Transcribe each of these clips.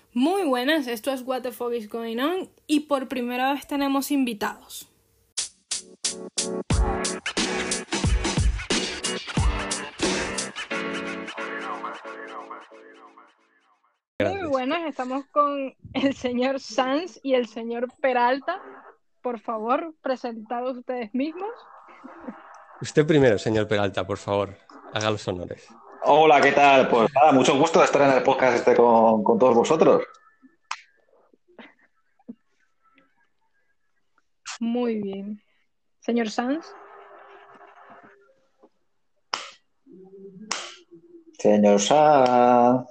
Muy buenas, esto es What the Fuck is Going On y por primera vez tenemos invitados. Muy buenas, estamos con el señor Sanz y el señor Peralta. Por favor, presentados ustedes mismos. Usted primero, señor Peralta, por favor, haga los honores. Hola, ¿qué tal? Pues nada, mucho gusto de estar en el podcast con todos vosotros. Muy bien. Señor Sanz. Señor Sanz.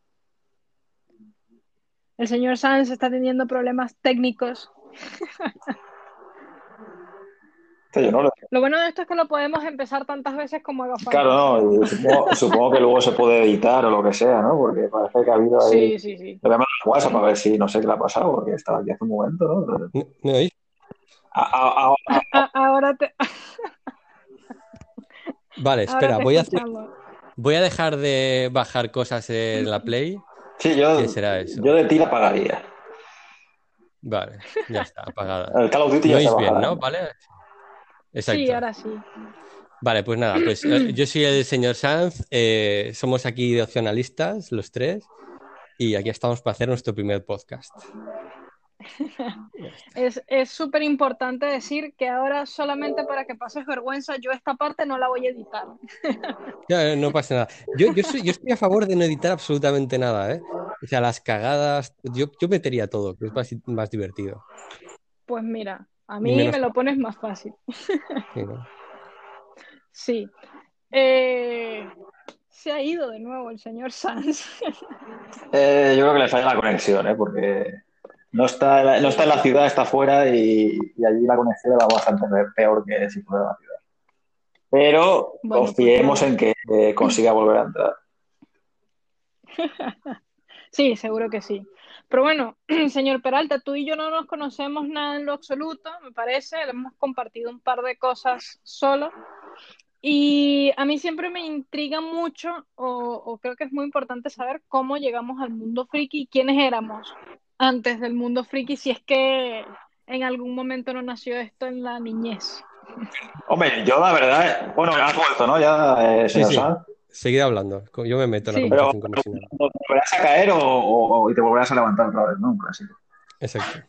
El señor Sanz está teniendo problemas técnicos. Yo no lo... Lo bueno de esto es que lo podemos empezar tantas veces como haga falta. Claro, no, y supongo que luego se puede editar o lo que sea, ¿no? Porque parece que ha habido ahí... Sí. Le voy a mandar un WhatsApp a ver si no sé qué le ha pasado, porque estaba aquí hace un momento, ¿no? ¿Me oís? Ahora te... Vale, espera, Ahora te escuchamos. voy a dejar de bajar cosas en la Play. Sí, ¿Qué será eso? yo de ti la pagaría. Vale, ya está, apagada. El Call of Duty ¿Me ya se oís bien, bajará. no? ¿Vale? Sí, Exacto. ahora sí. Vale, pues nada, pues yo soy el señor Sanz, somos aquí de opcionalistas, los tres, y aquí estamos para hacer nuestro primer podcast. Es súper importante decir que ahora solamente para que pases vergüenza, yo esta parte no la voy a editar. Ya, no pasa nada. Yo estoy a favor de no editar absolutamente nada, ¿eh? O sea, las cagadas, yo metería todo, que es más divertido. Pues mira, a Y mí menos me lo pones más fácil. sí, ¿no? Sí. Se ha ido de nuevo el señor Sanz. Yo creo que le falla la conexión, ¿eh? Porque no está en la ciudad, está fuera y allí la conexión va bastante peor que si fuera en la ciudad. Pero Bueno, pues confiemos nada. en que consiga volver a entrar. Sí, seguro que sí. Pero bueno, señor Peralta, tú y yo no nos conocemos nada en lo absoluto, me parece. Hemos compartido un par de cosas solo. Y a mí siempre me intriga mucho, o creo que es muy importante saber cómo llegamos al mundo friki y quiénes éramos antes del mundo friki, si es que en algún momento no nació esto en la niñez. Hombre, yo la verdad, bueno, has vuelto, ¿no? Ya, Sí, señor sí, Sanz. seguid hablando. Yo me meto en la Sí. Pero conversación como si nada. volverás a caer y te volverás a levantar otra vez, ¿no? Un clásico. Exacto.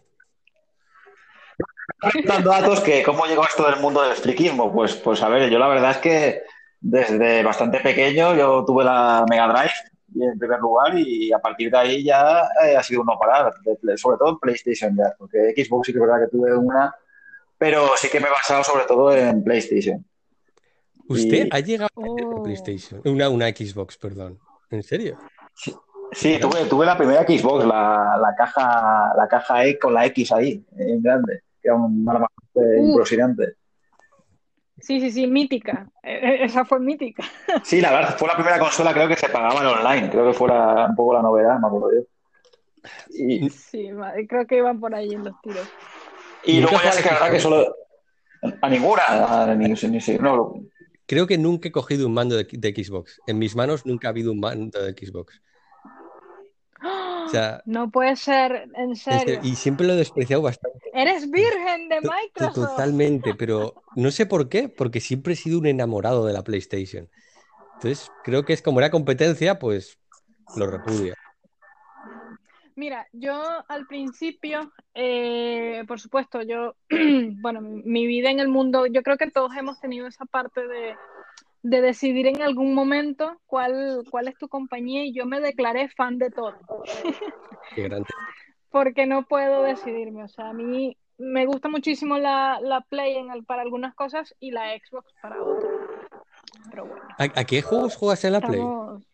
Dando datos que cómo llegó esto del mundo del friquismo. Pues a ver, yo la verdad es que desde bastante pequeño yo tuve la Mega Drive en primer lugar y a partir de ahí ya ha sido un no parar, sobre todo en PlayStation ya, porque Xbox sí que es verdad que tuve una, pero sí que me he basado sobre todo en PlayStation. ¿Usted Y ha llegado a tener una Oh. PlayStation? Una Xbox, perdón. ¿En serio? sí, Era- tuve la primera Xbox, la caja E con la X ahí, en grande, que era un arma bastante Uf, impresionante. sí, mítica. Esa fue mítica. Sí, la verdad, fue la primera consola creo que se pagaba en online, creo que fuera un poco la novedad, me acuerdo yo. Y, Sí, creo que iban por ahí en los tiros. y Nunca he luego ya jugado sé a que la verdad que Xbox. solo a ninguna, no, Creo que nunca he cogido un mando de Xbox. En mis manos nunca ha habido un mando de Xbox. O ¡Ah! sea, No puede ser, en en serio, serio. y siempre lo he despreciado bastante. Eres virgen de Microsoft. Totalmente, pero no sé por qué, porque siempre he sido un enamorado de la PlayStation. Entonces, creo que es como era competencia, pues lo repudio. Mira, yo al principio, por supuesto, yo, bueno, mi vida en el mundo, yo creo que todos hemos tenido esa parte de decidir en algún momento cuál es tu compañía y yo me declaré fan de todo, Qué grande. porque no puedo decidirme. O sea, a mí me gusta muchísimo la Play para algunas cosas y la Xbox para otras. Pero bueno, ¿A qué juegos juegas en la Play? estamos...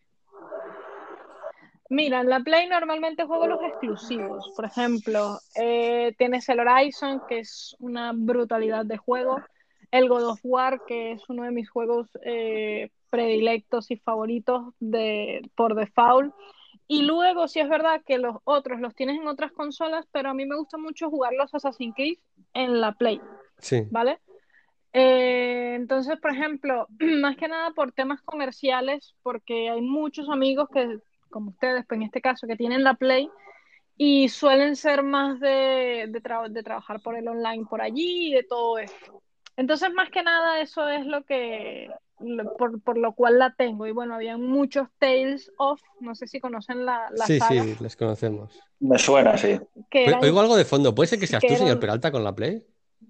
Mira, en la Play normalmente juego los exclusivos. Por ejemplo, tienes el Horizon, que es una brutalidad de juego. El God of War, que es uno de mis juegos predilectos y favoritos por default. Y luego, sí es verdad que los otros los tienes en otras consolas, pero a mí me gusta mucho jugar los Assassin's Creed en la Play, Sí. ¿vale? Entonces, por ejemplo, más que nada por temas comerciales, porque hay muchos amigos que, como ustedes, pues en este caso, que tienen la Play y suelen ser más de trabajar por el online por allí y de todo esto. Entonces, más que nada, eso es por lo cual la tengo. Y bueno, había muchos Tales of, no sé si conocen la Sí, saga, sí, les conocemos. Me suena, sí. que eran, Oigo algo de fondo. ¿Puede ser que seas que tú, señor eran, Peralta, con la Play?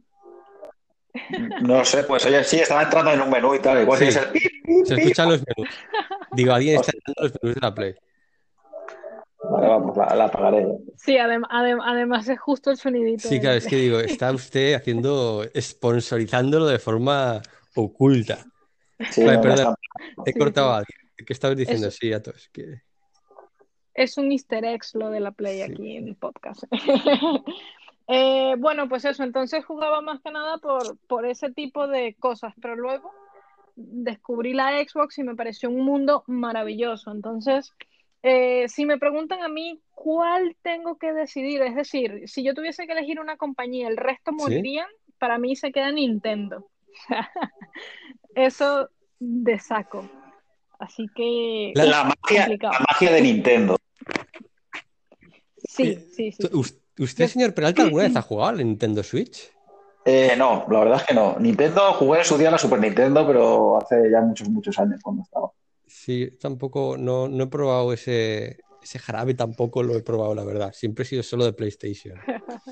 No sé, pues oye, sí, estaba entrando en un menú y tal. Igual tienes Sí, el pip, pip, se pip. escuchan los menús. Digo, alguien está Hostia, entrando los menús de la Play. vale, vamos, la apagaré. sí, además es justo el sonidito Sí, de la claro, es Play. que digo, está usted sponsorizándolo de forma oculta. Sí, Vale, no, me perdón, están... he Sí, cortado a sí. alguien. ¿Qué estabas diciendo? Es, Sí, a todos. Que... es un easter egg lo de la Play Sí. aquí en el podcast. Bueno, pues eso, entonces jugaba más que nada por ese tipo de cosas, pero luego descubrí la Xbox y me pareció un mundo maravilloso. Entonces, si me preguntan a mí cuál tengo que decidir, es decir, si yo tuviese que elegir una compañía, el resto ¿Sí? morirían, para mí se queda Nintendo. Eso de saco. Así que, La uff, magia, la complicado. magia de Nintendo. Sí, sí, sí, sí. ¿Usted, Yo, señor Peralta, alguna vez ha jugado a la Nintendo Switch? No, la verdad es que no. Nintendo, jugué en su día a la Super Nintendo, pero hace ya muchos, muchos años cuando estaba. Sí, tampoco, no he probado ese jarabe, tampoco lo he probado, la verdad. Siempre he sido solo de PlayStation.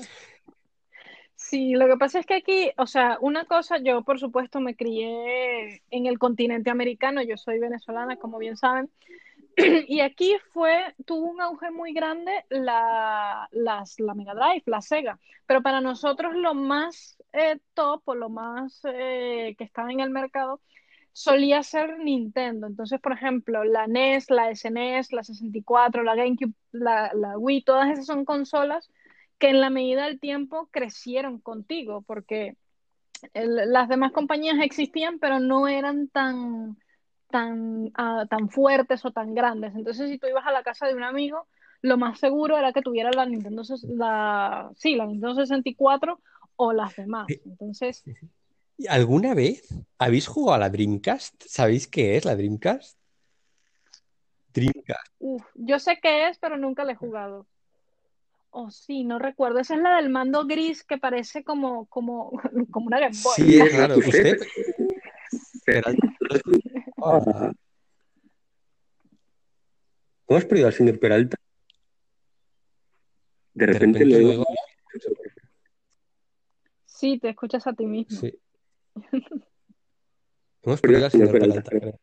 sí, lo que pasa es que aquí, o sea, una cosa, yo por supuesto me crié en el continente americano, yo soy venezolana, como bien saben, y aquí tuvo un auge muy grande la Mega Drive, la Sega, pero para nosotros lo más top o lo más que estaba en el mercado solía ser Nintendo. Entonces, por ejemplo, la NES, la SNES, la 64, la GameCube, la Wii, todas esas son consolas que en la medida del tiempo crecieron contigo, porque las demás compañías existían, pero no eran tan fuertes o tan grandes. Entonces, si tú ibas a la casa de un amigo, lo más seguro era que tuviera la Nintendo 64 o las demás. Eh, Entonces, ¿Alguna vez habéis jugado a la Dreamcast? ¿Sabéis qué es la Dreamcast? Dreamcast. yo sé qué es, pero nunca la he jugado. Oh, sí, no recuerdo. Esa es la del mando gris que parece como una Game Boy. Sí, claro. Usted, Peralta, ah, ¿cómo has perdido al señor Peralta? De repente lo oigo. Sí, te escuchas a ti mismo. Sí, hemos perdido al señor Peralta, creo.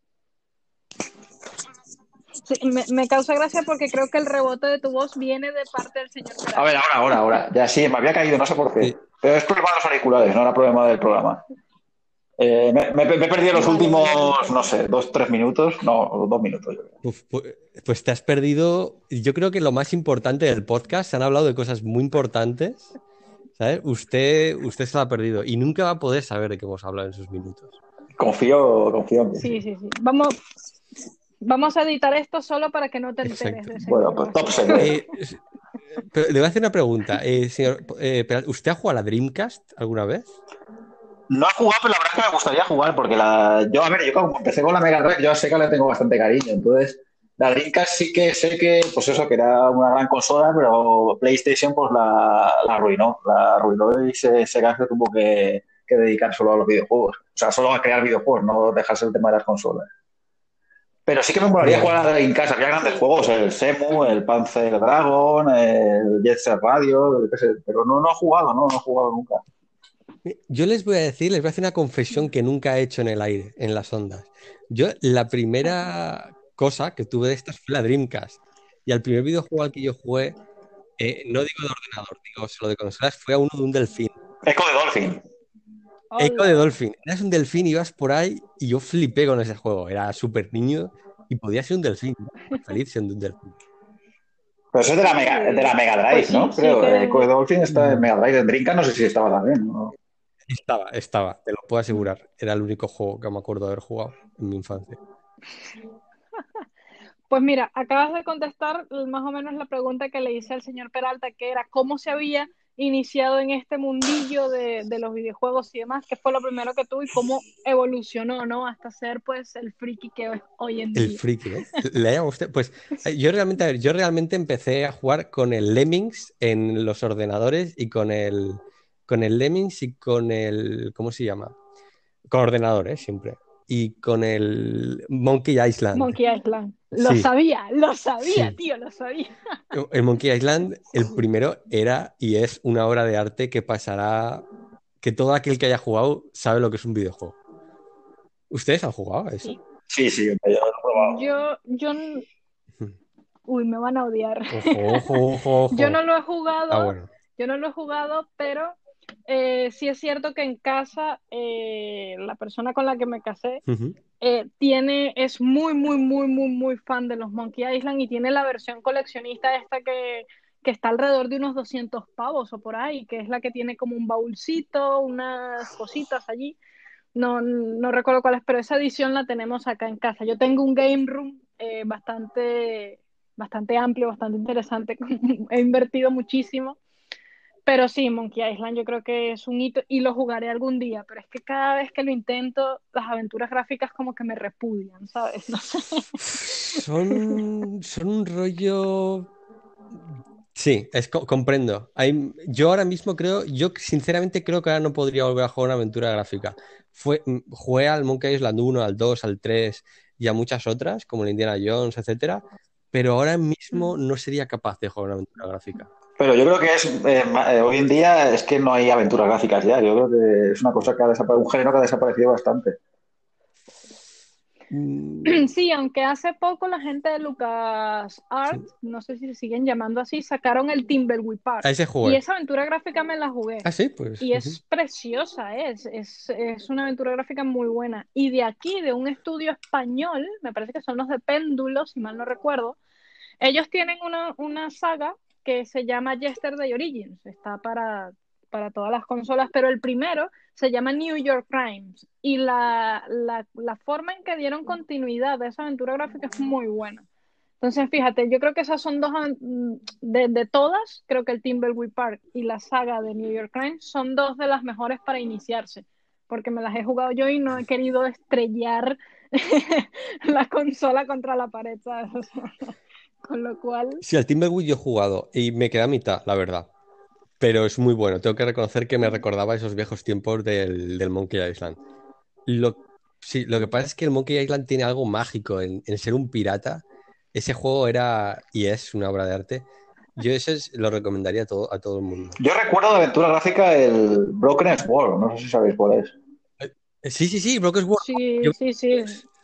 Sí, me causa gracia porque creo que el rebote de tu voz viene de parte del señor A ver, Peralta. ahora. Ya sí, me había caído, no sé por qué. Sí. Pero es problema de los auriculares, no era problema del programa. Me he perdido los Vale, últimos, vale, no perfecto. sé, 2, 3 minutos. No, 2 minutos, yo creo. Pues te has perdido, yo creo que lo más importante del podcast, se han hablado de cosas muy importantes, ¿sabes? Usted se lo ha perdido y nunca va a poder saber de qué hemos hablado en esos minutos. Confío en Sí, que... sí, sí. Vamos a editar esto solo para que no te enteres Exacto. de esa Bueno, pues top información. secret. Pero le voy a hacer una pregunta, señor, ¿usted ha jugado a la Dreamcast alguna vez? No he jugado, pero la verdad es que me gustaría jugar, porque yo como empecé con la Mega Drive, yo a Sega le tengo bastante cariño. Entonces, la Dreamcast sí que sé que, pues eso, que era una gran consola, pero PlayStation pues la arruinó. La arruinó y Sega se tuvo que dedicar solo a los videojuegos. O sea, solo a crear videojuegos, no dejarse el tema de las consolas. Pero sí que me molaría Ya. jugar en casa. Había grandes Sí. juegos, el Semu, el Panzer Dragon, el Jet Set Radio, qué sé, pero no he jugado, no he jugado nunca. Yo les voy a hacer una confesión que nunca he hecho en el aire, en las ondas. Yo, la primera cosa que tuve de estas fue la Dreamcast. Y al primer videojuego al que yo jugué, no digo de ordenador, digo solo de consolas, fue a uno de un delfín. Echo de Dolphin. Eco de Hola. Dolphin. Eras un delfín, ibas por ahí y yo flipé con ese juego. Era súper niño y podía ser un delfín. ¿No? Feliz siendo un delfín. Pero eso es de la Sí. Mega Pues Drive, sí, ¿no? sí Creo. Echo de que Dolphin está en Mega Drive. En Dreamcast no sé si estaba también, ¿no? Estaba, te lo puedo asegurar. Era el único juego que me acuerdo de haber jugado en mi infancia. Pues mira, acabas de contestar más o menos la pregunta que le hice al señor Peralta, que era cómo se había iniciado en este mundillo de los videojuegos y demás, ¿qué fue lo primero que tuvo y cómo evolucionó, ¿no? Hasta ser pues el friki que es hoy en El día. friki, ¿eh? ¿Le llama usted? Pues yo realmente, a ver, yo realmente empecé a jugar con el Lemmings en los ordenadores y con el Lemmings y con el, ¿cómo se llama? Con ordenadores siempre. Y con el Monkey Island. Monkey Island. Sí, Lo sabía, sí. tío, lo sabía. El Monkey Island, el Sí, primero era y es una obra de arte que pasará, que todo aquel que haya jugado sabe lo que es un videojuego. ¿Ustedes han jugado a eso? sí. Sí, sí, yo lo he probado. Yo, uy, me van a odiar. Ojo, ojo, ojo, Yo no ojo. lo he Ah, jugado, bueno. yo no lo he jugado, pero sí es cierto que en casa la persona con la que me casé Ujú. es muy, muy, muy, muy, muy fan de los Monkey Island y tiene la versión coleccionista esta que está alrededor de unos 200 pavos o por ahí, que es la que tiene como un baúlcito, unas cositas allí. No, no recuerdo cuál es, pero esa edición la tenemos acá en casa. Yo tengo un game room bastante amplio, bastante interesante. He invertido muchísimo. Pero sí, Monkey Island yo creo que es un hito y lo jugaré algún día, pero es que cada vez que lo intento, las aventuras gráficas como que me repudian, ¿sabes? No sé. Son un rollo. Sí, comprendo. Yo ahora mismo creo, yo sinceramente creo que ahora no podría volver a jugar una aventura gráfica. Jugué al Monkey Island 1, al 2, al 3 y a muchas otras, como el Indiana Jones, etcétera, pero ahora mismo no sería capaz de jugar una aventura gráfica. Pero yo creo que hoy en día es que no hay aventuras gráficas ya. Yo creo que es una cosa que ha desaparecido, un género que ha desaparecido bastante. Mm, Sí, aunque hace poco la gente de sí. LucasArts, no sé si se siguen llamando así, sacaron el Thimbleweed Park A ese y jugué. esa aventura gráfica me la jugué. Ah, sí, pues. Y Ujú. es preciosa, es una aventura gráfica muy buena. Y de aquí, de un estudio español, me parece que son los de Péndulo, si mal no recuerdo, ellos tienen una saga que se llama Yesterday Origins, está para todas las consolas, pero el primero se llama New York Crimes y la forma en que dieron continuidad a esa aventura gráfica es muy buena. Entonces, fíjate, yo creo que esas son de todas, creo que el Thimbleweed Park y la saga de New York Crimes son dos de las mejores para iniciarse, porque me las he jugado yo y no he querido estrellar la consola contra la pared, ¿sabes? O sea, con lo cual, Sí, al Timberwolf yo he jugado y me queda a mitad, la verdad. Pero es muy bueno. Tengo que reconocer que me recordaba esos viejos tiempos del Monkey Island. Lo, sí, lo que pasa es que el Monkey Island tiene algo mágico en ser un pirata. Ese juego era y es una obra de arte. Yo lo recomendaría a todo el mundo. Yo recuerdo de aventura gráfica el Broken Sword, no sé si sabéis cuál es. Sí, sí, sí, Broken Sword. sí, Yo- sí, sí,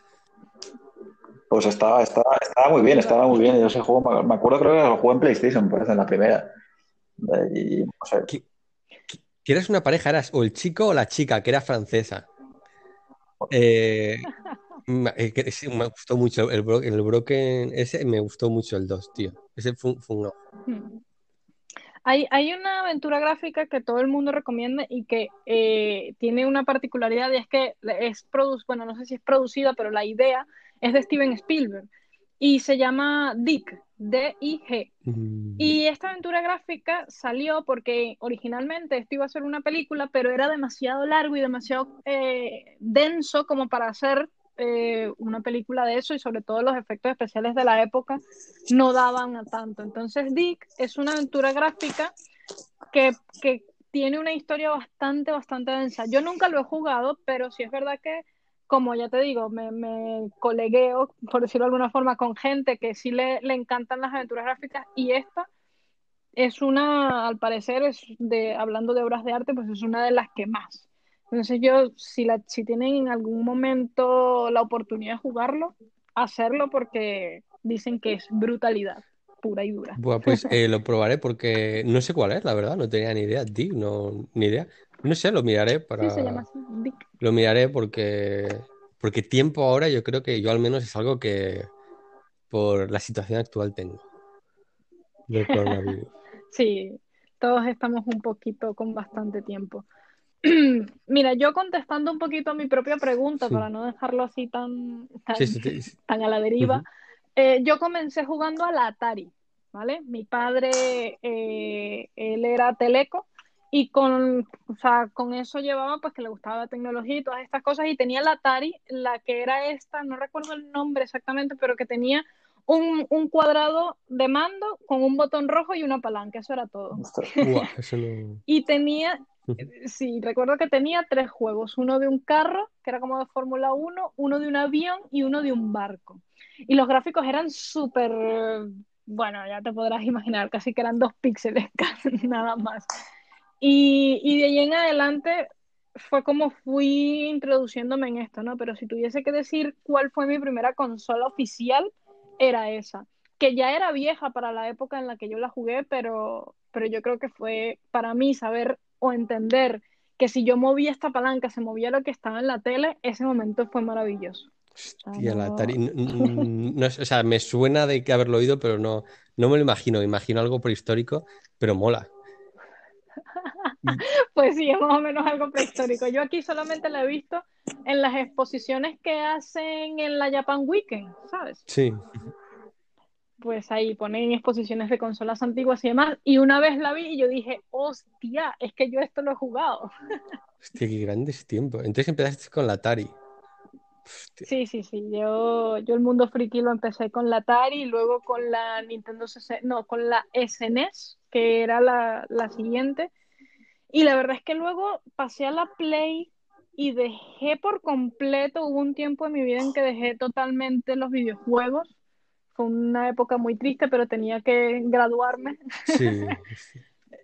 Pues estaba muy bien, iba. estaba muy bien. Yo ese juego, me acuerdo, creo que lo jugué en PlayStation, parece, en la primera. Y no sé. que, que eras una pareja, eras o el chico o la chica, que era francesa. Eh, sí, me gustó mucho el Broken, ese me gustó mucho el 2 tío. Ese fue un Hay una aventura gráfica que todo el mundo recomienda y que tiene una particularidad y es que bueno, no sé si es producida, pero la idea es de Steven Spielberg y se llama Dig, D-I-G. Mm, Y esta aventura gráfica salió porque originalmente esto iba a ser una película, pero era demasiado largo y demasiado denso como para hacer una película de eso y sobre todo los efectos especiales de la época no daban a tanto. Entonces Dick es una aventura gráfica que tiene una historia bastante densa. Yo nunca lo he jugado, pero sí es verdad que, como ya te digo, me colegueo, por decirlo de alguna forma, con gente que sí le encantan las aventuras gráficas y esta es una, al parecer, hablando de obras de arte, pues es una de las que más. Entonces yo, si tienen en algún momento la oportunidad de jugarlo, hacerlo porque dicen que es brutalidad pura y dura. Buah, pues lo probaré porque no sé cuál es, la verdad, no tenía ni idea, Dig, no, ni idea. No sé, Sí, se llama así, Dick. lo miraré porque tiempo ahora yo creo que yo al menos es algo que por la situación actual tengo del coronavirus. Sí, todos estamos un poquito con bastante tiempo. Mira, yo contestando un poquito a mi propia pregunta para Sí, no dejarlo así tan, sí, tan, sí, sí. tan a la deriva, Ujú. yo comencé jugando a la Atari. ¿vale? Mi padre, él era teleco y o sea, con eso llevaba pues que le gustaba la tecnología y todas estas cosas y tenía la Atari, la que era esta, no recuerdo el nombre exactamente, pero que tenía un cuadrado de mando con un botón rojo y una palanca, eso era todo. Buah, eso no. Y tenía, sí, recuerdo que tenía 3 juegos, uno de un carro, que era como de Fórmula 1, uno de un avión y uno de un barco. Y los gráficos eran súper, bueno, ya te podrás imaginar, casi que eran 2 píxeles nada más. Y de ahí en adelante fue como fui introduciéndome en esto, ¿no? Pero si tuviese que decir cuál fue mi primera consola oficial, era esa, que ya era vieja para la época en la que yo la jugué, pero yo creo que fue para mí saber o entender que si yo movía esta palanca, se movía lo que estaba en la tele, ese momento fue maravilloso. O sea, Hostia, la no... Atari. O sea, me suena de que haberlo oído, pero no me lo imagino. Me imagino algo prehistórico, pero mola. Y- Pues sí, es más o menos algo prehistórico. Yo aquí solamente la he visto en las exposiciones que hacen en la Japan Weekend, ¿sabes? Sí. Pues ahí ponen exposiciones de consolas antiguas y demás. Y una vez la vi y yo dije, hostia, es que yo esto lo he jugado. Hostia, qué grandes tiempos. Entonces empezaste con la Atari. Hostia. Sí, sí, sí. Yo el mundo friki lo empecé con la Atari y luego con la Nintendo 60, no, con la SNES, que era la siguiente. Y la verdad es que luego pasé a la Play y dejé por completo, hubo un tiempo en mi vida en que dejé totalmente los videojuegos. Fue una época muy triste, pero tenía que graduarme. Sí, sí.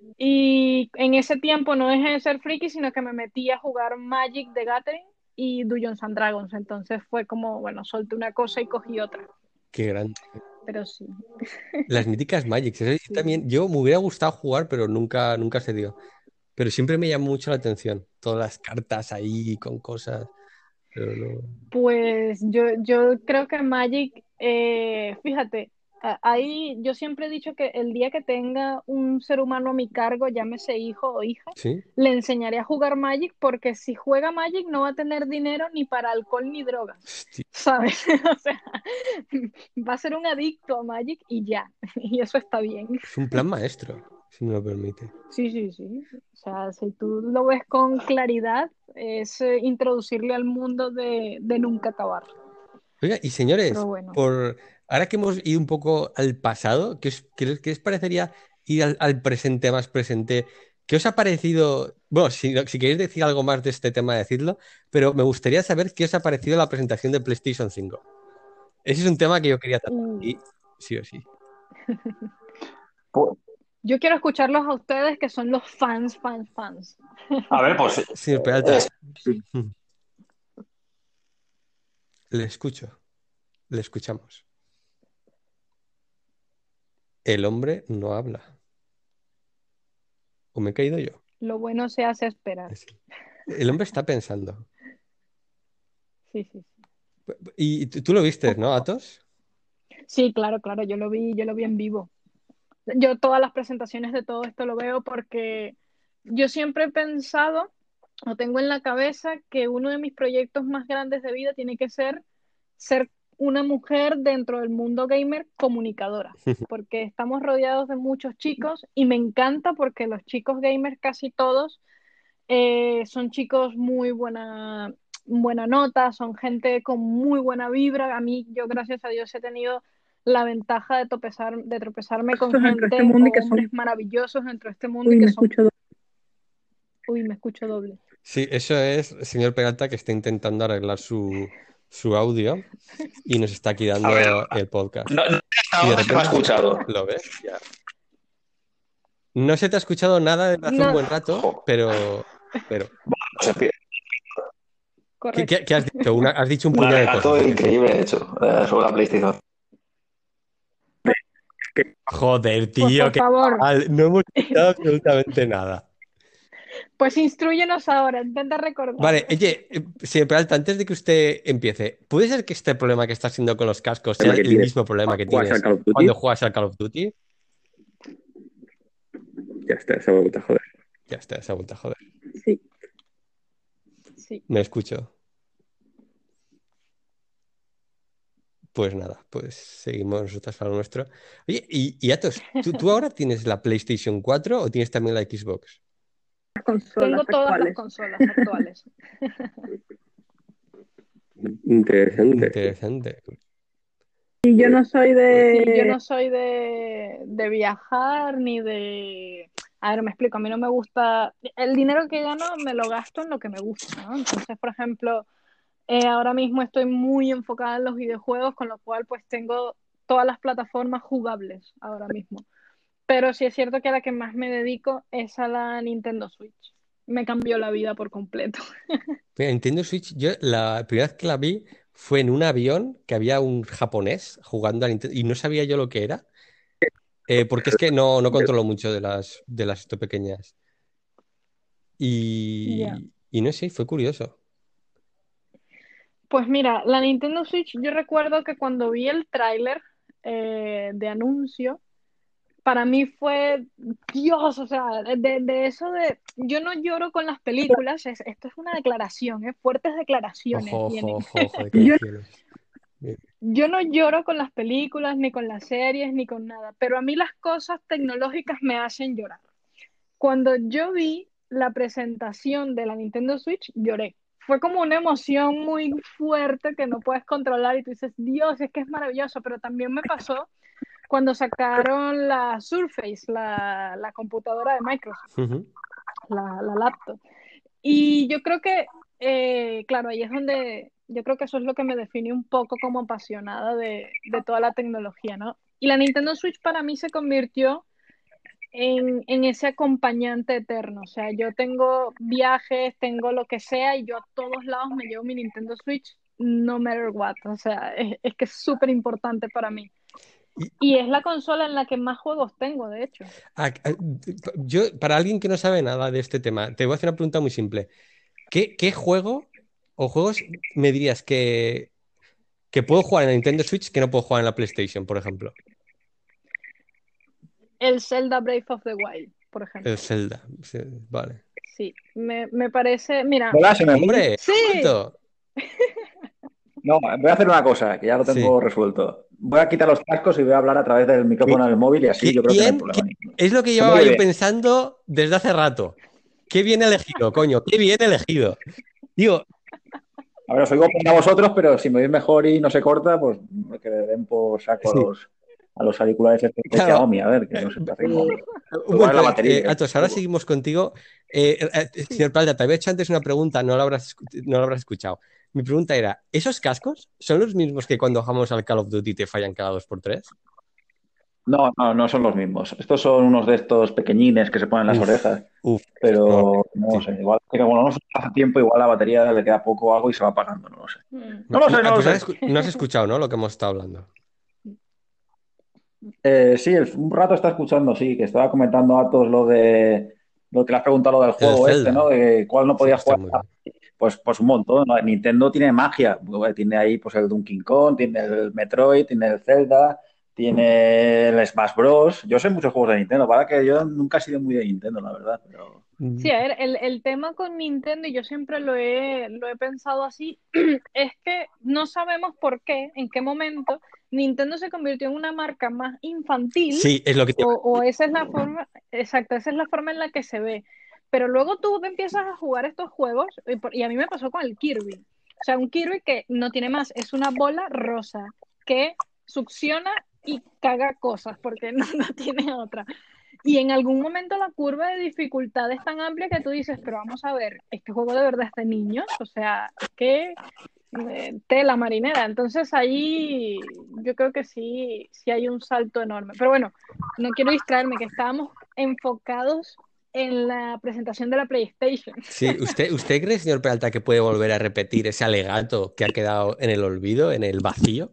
Y en ese tiempo no dejé de ser friki, sino que me metí a jugar Magic the Gathering y Dungeons and Dragons. Entonces fue como, bueno, solté una cosa y cogí otra. Qué grande. Pero sí. Las míticas Magics. Eso sí, Sí. también, yo me hubiera gustado jugar, pero nunca se dio. Pero siempre me llamó mucho la atención. Todas las cartas ahí con cosas. Pero no. Pues yo creo que Magic, fíjate, ahí yo siempre he dicho que el día que tenga un ser humano a mi cargo, llámese hijo o hija, ¿Sí? le enseñaré a jugar Magic porque si juega Magic no va a tener dinero ni para alcohol ni drogas, Hostia, ¿sabes? O sea, va a ser un adicto a Magic y ya, y eso está bien. es un plan maestro, si me lo permite. Sí, sí, sí. O sea, si tú lo ves con claridad, es introducirle al mundo de nunca acabar. Oiga, y Pero señores, bueno. ahora que hemos ido un poco al pasado, ¿qué os parecería ir al presente más presente? ¿Qué os ha parecido? Bueno, si queréis decir algo más de este tema, decidlo, pero me gustaría saber qué os ha parecido la presentación de PlayStation 5. Ese es un tema que yo quería tratar Uh, y sí o sí. Pu- yo quiero escucharlos a ustedes que son los fans, fans, fans. a ver, pues Señor Peralta, es- sí. le escucho, le escuchamos. El hombre no habla. ¿O me he caído yo? Lo bueno se hace esperar. Sí. El hombre está pensando. Sí, sí, sí. Y tú lo viste, ¿no, Atos? Sí, claro, claro, yo lo vi en vivo. Yo todas las presentaciones de todo esto lo veo porque yo siempre he pensado o tengo en la cabeza que uno de mis proyectos más grandes de vida tiene que ser una mujer dentro del mundo gamer comunicadora, porque estamos rodeados de muchos chicos y me encanta porque los chicos gamers casi todos son chicos muy buena nota, son gente con muy buena vibra. A mí, yo gracias a Dios he tenido la ventaja de tropezarme con Dentro de este gente mundo y o que son... hombres maravillosos dentro de este mundo y Uy, que me son... escucho. Uy, me escucho doble. Sí, eso es señor Peralta que está intentando arreglar su audio y nos está aquí A ver, dando el podcast. no, Y de ahora se me ha repente, escuchado. ¿lo ves? Ya. No se te ha escuchado nada desde hace un No, buen rato, Jo, pero, pues correcto. ¿qué has dicho? Has dicho un un puñado de cosas, alegato ¿a que sí? increíble hecho sobre la PlayStation. Joder, Pues tío, por qué favor, mal. No hemos escuchado absolutamente nada. pues instruyenos ahora, intenta recordar. Vale, oye, señor Peralta, antes de que usted empiece, ¿puede ser que este problema que está haciendo con los cascos sea Que el tienes mismo problema que juegas al tienes Call of Duty, cuando juegas al Call of Duty? ya está, se vuelve a joder. Ya está, se ha vuelto a joder. Sí. Sí. Me escucho. Pues nada, pues seguimos nosotros para lo nuestro. Oye, y Atos, ¿tú ahora tienes la PlayStation 4 o tienes también la Xbox? Tengo Consolas todas las actuales. consolas actuales. Interesante. Interesante. Y yo no soy Sí, yo de... no soy de viajar ni de... A ver, me explico, a mí no me gusta... El dinero que gano me lo gasto en lo que me gusta, ¿no? Entonces, por ejemplo, ahora mismo estoy muy enfocada en los videojuegos, con lo cual pues tengo todas las plataformas jugables ahora mismo. Pero sí es cierto que a la que más me dedico es a la Nintendo Switch. Me cambió la vida por completo. Mira, Nintendo Switch, yo la primera vez que la vi fue en un avión que había un japonés jugando a Nintendo y no sabía yo lo que era, porque es que no controlo mucho de las esto pequeñas. Ya. Y no sé, fue curioso. Pues mira, la Nintendo Switch, yo recuerdo que cuando vi el tráiler de anuncio, para mí fue Dios, o sea, de eso de, yo no lloro con las películas, esto es una declaración, fuertes declaraciones Ojo, ojo, vienen. ojo, ojo, Yo, declaraciones. Bien. Yo no lloro con las películas, ni con las series, ni con nada, pero a mí las cosas tecnológicas me hacen llorar. Cuando yo vi la presentación de la Nintendo Switch, lloré. Fue como una emoción muy fuerte que no puedes controlar y tú dices, Dios, es que es maravilloso, pero también me pasó cuando sacaron la Surface, la computadora de Microsoft, Ujú. la laptop. Y yo creo que, claro, ahí es donde yo creo que eso es lo que me define un poco como apasionada de toda la tecnología, ¿no? Y la Nintendo Switch para mí se convirtió en ese acompañante eterno. O sea, yo tengo viajes, tengo lo que sea, y yo a todos lados me llevo mi Nintendo Switch, no matter what. O sea, es que es súper importante para mí. Y- Y es la consola en la que más juegos tengo, de hecho. Yo, para alguien que no sabe nada de este tema, te voy a hacer una pregunta muy simple. ¿Qué juego o juegos me dirías que puedo jugar en la Nintendo Switch que no puedo jugar en la PlayStation, por ejemplo? El Zelda Breath of the Wild, por El ejemplo. Zelda. Sí, vale. Sí, me parece, mira, Hola, ¿se me oye? ¡Hombre! sí, Alberto. No, voy a hacer una cosa, que ya lo Sí. tengo resuelto. Voy a quitar los cascos y voy a hablar a través del micrófono del móvil y así yo creo que no hay ¿Quién? problema ninguno. Es lo que ¿Se me llevaba oye yo bien? pensando desde hace rato. Qué bien elegido, coño, qué bien elegido. Digo, A ver, os oigo bien a vosotros, pero si me oís mejor y no se corta, pues que le den por saco sí, a los auriculares estos de claro. Xiaomi, a ver, que no sé qué hacen con... Un Igual es momento, la batería. Atos, ahora seguimos contigo. sí. Señor Plata, te había hecho antes una pregunta, no la habrás escuchado. Mi pregunta era, ¿esos cascos son los mismos que cuando jugamos al Call of Duty te fallan cada 2x3? No son los mismos. Estos son unos de estos pequeñines que se ponen en las Uf, orejas, uf, pero no, no lo sí. sé. Igual que como no se hace tiempo, igual la batería le queda poco o algo y se va apagando, no lo sé. No, No lo pues sé. no has escuchado, ¿no? Lo que hemos estado hablando. Sí, un rato está escuchando, sí, que estaba comentando a todos lo de lo que le has preguntado lo del El juego este, ¿no? Zelda. De cuál no Sí, podía está jugar. muy bien. Pues un montón, ¿no? Nintendo tiene magia. Tiene ahí pues el Donkey Kong, tiene el Metroid, tiene el Zelda, tiene el Smash Bros. Yo sé muchos juegos de Nintendo, para que yo nunca he sido muy de Nintendo, la verdad. Pero... Sí, a ver, el tema con Nintendo, y yo siempre lo he pensado así, es que no sabemos por qué, en qué momento Nintendo se convirtió en una marca más infantil, Sí, es lo que te iba a o esa es la forma, exacto, esa es la forma en la que se ve. Pero luego tú empiezas a jugar estos juegos, y a mí me pasó con el Kirby. O sea, un Kirby que no tiene más, es una bola rosa que succiona y caga cosas, porque no tiene otra. Y en algún momento la curva de dificultad es tan amplia que tú dices, pero vamos a ver, este juego de verdad es de niños, o sea, es que tela marinera. Entonces ahí yo creo que sí hay un salto enorme. Pero bueno, no quiero distraerme, que estábamos enfocados en la presentación de la PlayStation. Sí, ¿usted cree, señor Peralta, que puede volver a repetir ese alegato que ha quedado en el olvido, en el vacío?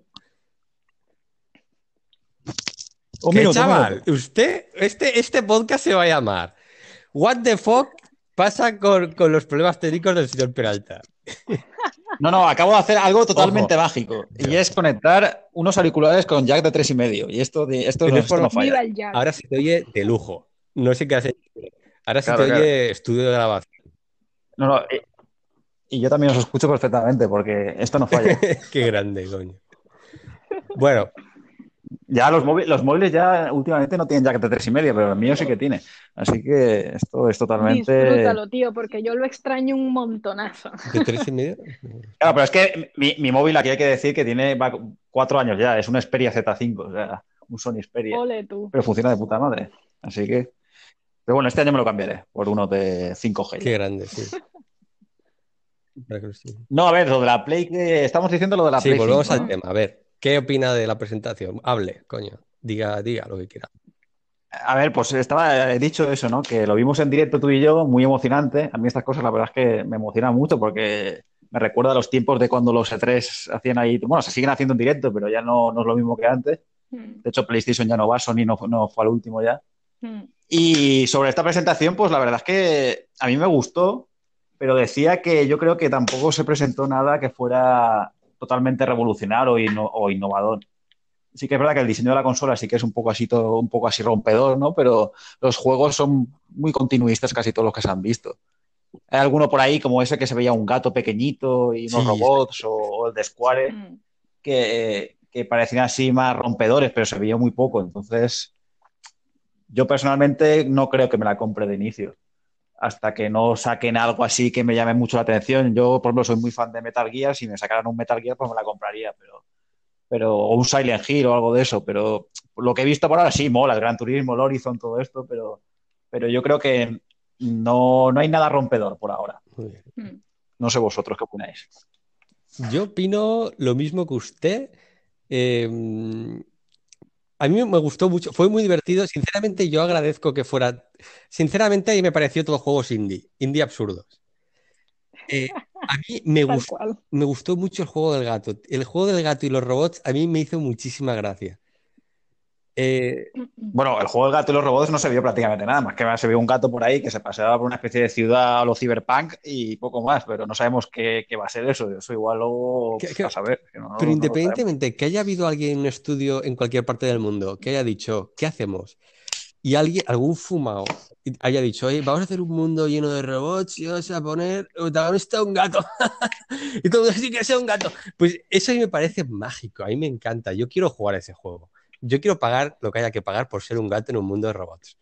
Un ¿Qué, minuto, un chaval? minuto. Este podcast se va a llamar What the fuck pasa con los problemas técnicos del señor Peralta? No, acabo de hacer algo totalmente Ojo. mágico. Y es conectar unos auriculares con jack de 3,5. Y esto Pero esto no falla. Viva el Jack. Ahora se te oye de lujo. No sé qué hace. Ahora se te Claro, claro. oye estudio de grabación. No, y yo también os escucho perfectamente porque esto no falla. Qué grande, coño. Bueno, Ya los móviles ya últimamente no tienen jack de 3,5, pero el mío sí que tiene. Así que esto es totalmente... Disfrútalo, tío, porque yo lo extraño un montonazo. ¿de 3,5? Claro, pero es que mi móvil aquí hay que decir que va 4 años ya. Es un Xperia Z5, o sea, un Sony Xperia. Ole tú. Pero funciona de puta madre. Así que... Pero bueno, este año me lo cambiaré por uno de 5G Qué ya. grande, sí. Para que lo esté. No, a ver, lo de la Play, que estamos diciendo lo de la Sí, Play volvemos 5, al ¿no? tema. A ver, ¿qué opina de la presentación? Hable, coño. Diga lo que quiera. A ver, pues he dicho eso, ¿no? Que lo vimos en directo tú y yo, muy emocionante. A mí estas cosas la verdad es que me emocionan mucho porque me recuerda a los tiempos de cuando los E3 hacían ahí, bueno, se siguen haciendo en directo, pero ya no es lo mismo que antes. Mm, De hecho, PlayStation ya no va, Sony no fue al último ya. mm, Y sobre esta presentación, pues la verdad es que a mí me gustó, pero decía que yo creo que tampoco se presentó nada que fuera totalmente revolucionario o innovador. Sí que es verdad que el diseño de la consola sí que es un poco así todo, un poco así rompedor, ¿no? Pero los juegos son muy continuistas casi todos los que se han visto. Hay alguno por ahí como ese que se veía un gato pequeñito y unos Sí, robots o el de Square mm. que parecían así más rompedores, pero se veía muy poco. Entonces, yo personalmente no creo que me la compre de inicio hasta que no saquen algo así que me llame mucho la atención. Yo, por ejemplo, soy muy fan de Metal Gear. Si me sacaran un Metal Gear, pues me la compraría, o un Silent Hill o algo de eso, pero lo que he visto por ahora sí mola, el Gran Turismo, el Horizon, todo esto, pero yo creo que no hay nada rompedor por ahora. muy bien. Mm. No sé vosotros qué opináis. Yo opino lo mismo que usted. Eh, a mí me gustó mucho, fue muy divertido. Sinceramente, yo agradezco que fuera. Sinceramente, a mí me pareció todos juegos indie absurdos. A mí Tal cual. me gustó mucho el juego del gato. El juego del gato y los robots a mí me hizo muchísima gracia. Eh, Mm, mm. Bueno, el juego del gato y los robots no se vio prácticamente nada más, que se vio un gato por ahí que se paseaba por una especie de ciudad a lo cyberpunk y poco más, pero no sabemos qué va a ser eso. Eso igual luego que- a que- saber, que pero no lo sabemos. independientemente que haya habido alguien en un estudio en cualquier parte del mundo que haya dicho, ¿qué hacemos? Y algún fumado haya dicho, oye, vamos a hacer un mundo lleno de robots y vamos a poner protagonista un gato. Y todo así que sea un gato. Pues eso a mí me parece mágico, a mí me encanta. Yo quiero jugar a ese juego. Yo quiero pagar lo que haya que pagar por ser un gato en un mundo de robots.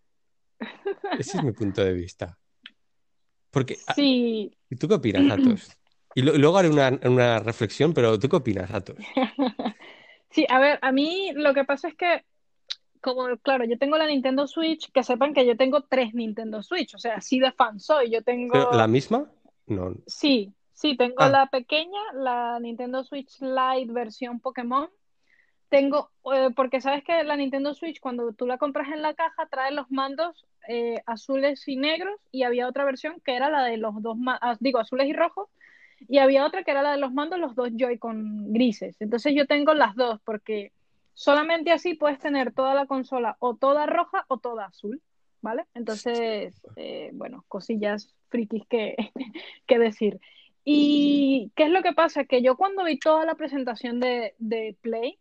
Ese es mi punto de vista. Porque, Sí. ¿y tú qué opinas, Atos? Y luego haré una reflexión, pero ¿tú qué opinas, Atos? Sí, a ver, a mí lo que pasa es que, como, claro, yo tengo la Nintendo Switch, que sepan que yo tengo tres Nintendo Switch, o sea, así de fan soy. Yo ¿Pero la tengo, misma? No. sí, sí, tengo Ah, la pequeña, la Nintendo Switch Lite versión Pokémon. Tengo, porque sabes que la Nintendo Switch, cuando tú la compras en la caja, trae los mandos azules y negros, y había otra versión que era la de los dos, digo, azules y rojos, y había otra que era la de los mandos, los dos Joy-Con grises. Entonces yo tengo las dos, porque solamente así puedes tener toda la consola o toda roja o toda azul, ¿vale? Entonces, bueno, cosillas frikis que, que decir. ¿Y qué es lo que pasa? Que yo cuando vi toda la presentación de Play,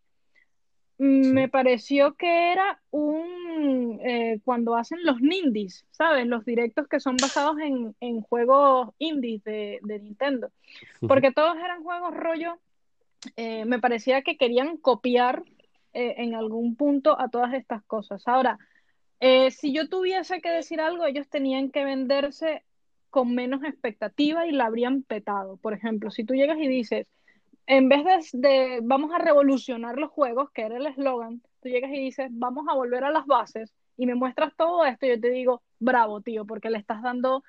me sí. pareció que era cuando hacen los Nindies, ¿sabes? Los directos que son basados en juegos indies de Nintendo. Ujú. Porque todos eran juegos rollo, me parecía que querían copiar en algún punto a todas estas cosas. Ahora, si yo tuviese que decir algo, ellos tenían que venderse con menos expectativa y la habrían petado. Por ejemplo, si tú llegas y dices, en vez de vamos a revolucionar los juegos, que era el eslogan, tú llegas y dices, vamos a volver a las bases y me muestras todo esto, yo te digo, bravo, tío, porque le estás dando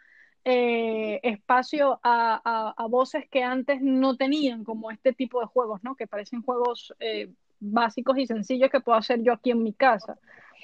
espacio a voces que antes no tenían, como este tipo de juegos, ¿no? Que parecen juegos básicos y sencillos que puedo hacer yo aquí en mi casa.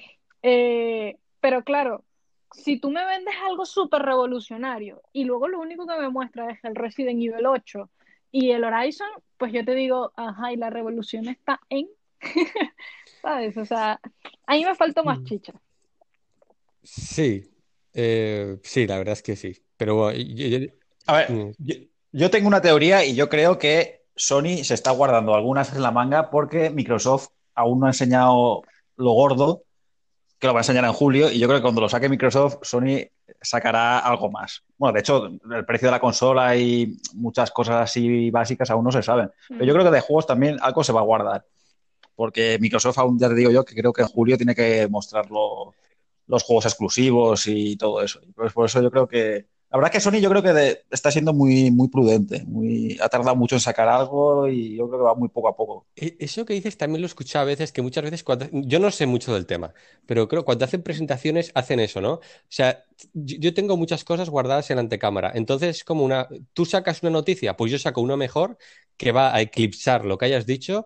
Pero claro, si tú me vendes algo súper revolucionario y luego lo único que me muestra es el Resident Evil 8 y el Horizon, pues yo te digo, ajá, y la revolución está en, ¿sabes? O sea, a mí me falta más chicha. Sí, sí, la verdad es que sí. Pero bueno, A ver, mm, yo tengo una teoría y yo creo que Sony se está guardando algunas en la manga porque Microsoft aún no ha enseñado lo gordo, que lo va a enseñar en julio, y yo creo que cuando lo saque Microsoft, Sony sacará algo más. Bueno, de hecho, el precio de la consola y muchas cosas así básicas aún no se saben. Pero yo Mm, creo que de juegos también algo se va a guardar. porque Microsoft aún, ya te digo yo, que creo que en julio tiene que mostrar los juegos exclusivos y todo eso. Y pues por eso yo creo que... La verdad que Sony yo creo que está siendo muy, muy prudente, ha tardado mucho en sacar algo y yo creo que va muy poco a poco. Eso que dices también lo he escuchado a veces, que muchas veces yo no sé mucho del tema, pero creo que cuando hacen presentaciones hacen eso, ¿no? O sea, yo tengo muchas cosas guardadas en antecámara, entonces es como tú sacas una noticia, pues yo saco una mejor que va a eclipsar lo que hayas dicho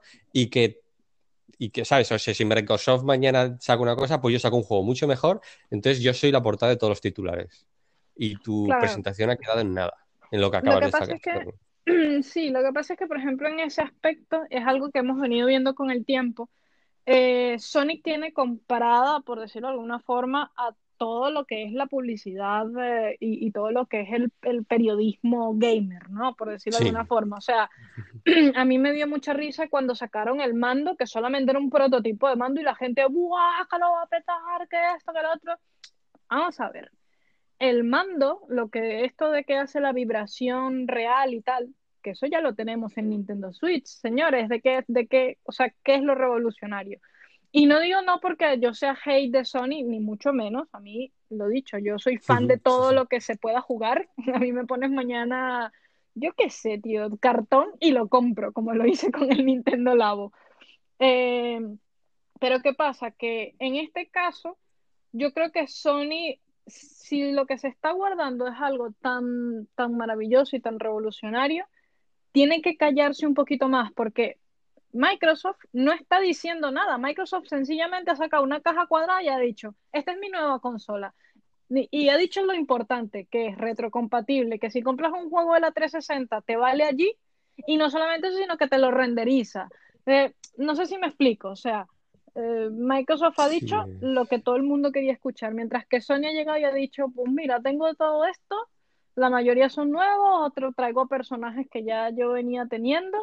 y que, ¿sabes? O sea, si Microsoft mañana saca una cosa, pues yo saco un juego mucho mejor, entonces yo soy la portada de todos los titulares y tu Claro, presentación ha quedado en nada, en lo que lo acabas que de pasa sacar. es que, sí, lo que pasa es que, por ejemplo, en ese aspecto es algo que hemos venido viendo con el tiempo. Sonic tiene comparada, por decirlo de alguna forma, a todo lo que es la publicidad y todo lo que es el periodismo gamer, ¿no? Por decirlo de alguna Sí. forma. O sea, a mí me dio mucha risa cuando sacaron el mando, que solamente era un prototipo de mando y la gente, ¡buah, que lo va a petar, que esto, que lo otro! Vamos a ver. El mando, esto de que hace la vibración real y tal, que eso ya lo tenemos en Nintendo Switch, señores, o sea, ¿qué es lo revolucionario? Y no digo no porque yo sea hate de Sony, ni mucho menos, a mí, lo dicho, yo soy fan de Sí, todo sí. lo que se pueda jugar, a mí me pones mañana, yo qué sé, tío, cartón y lo compro, como lo hice con el Nintendo Labo. Eh, pero ¿qué pasa? Que en este caso, yo creo que Sony, si lo que se está guardando es algo tan, tan maravilloso y tan revolucionario, tiene que callarse un poquito más porque Microsoft no está diciendo nada. Microsoft sencillamente ha sacado una caja cuadrada y ha dicho, esta es mi nueva consola. Y ha dicho lo importante, que es retrocompatible, que si compras un juego de la 360 te vale allí, y no solamente eso, sino que te lo renderiza. No sé si me explico, o sea, Microsoft ha dicho Sí. lo que todo el mundo quería escuchar, mientras que Sony ha llegado y ha dicho, pues mira, tengo todo esto, la mayoría son nuevos, otros traigo personajes que ya yo venía teniendo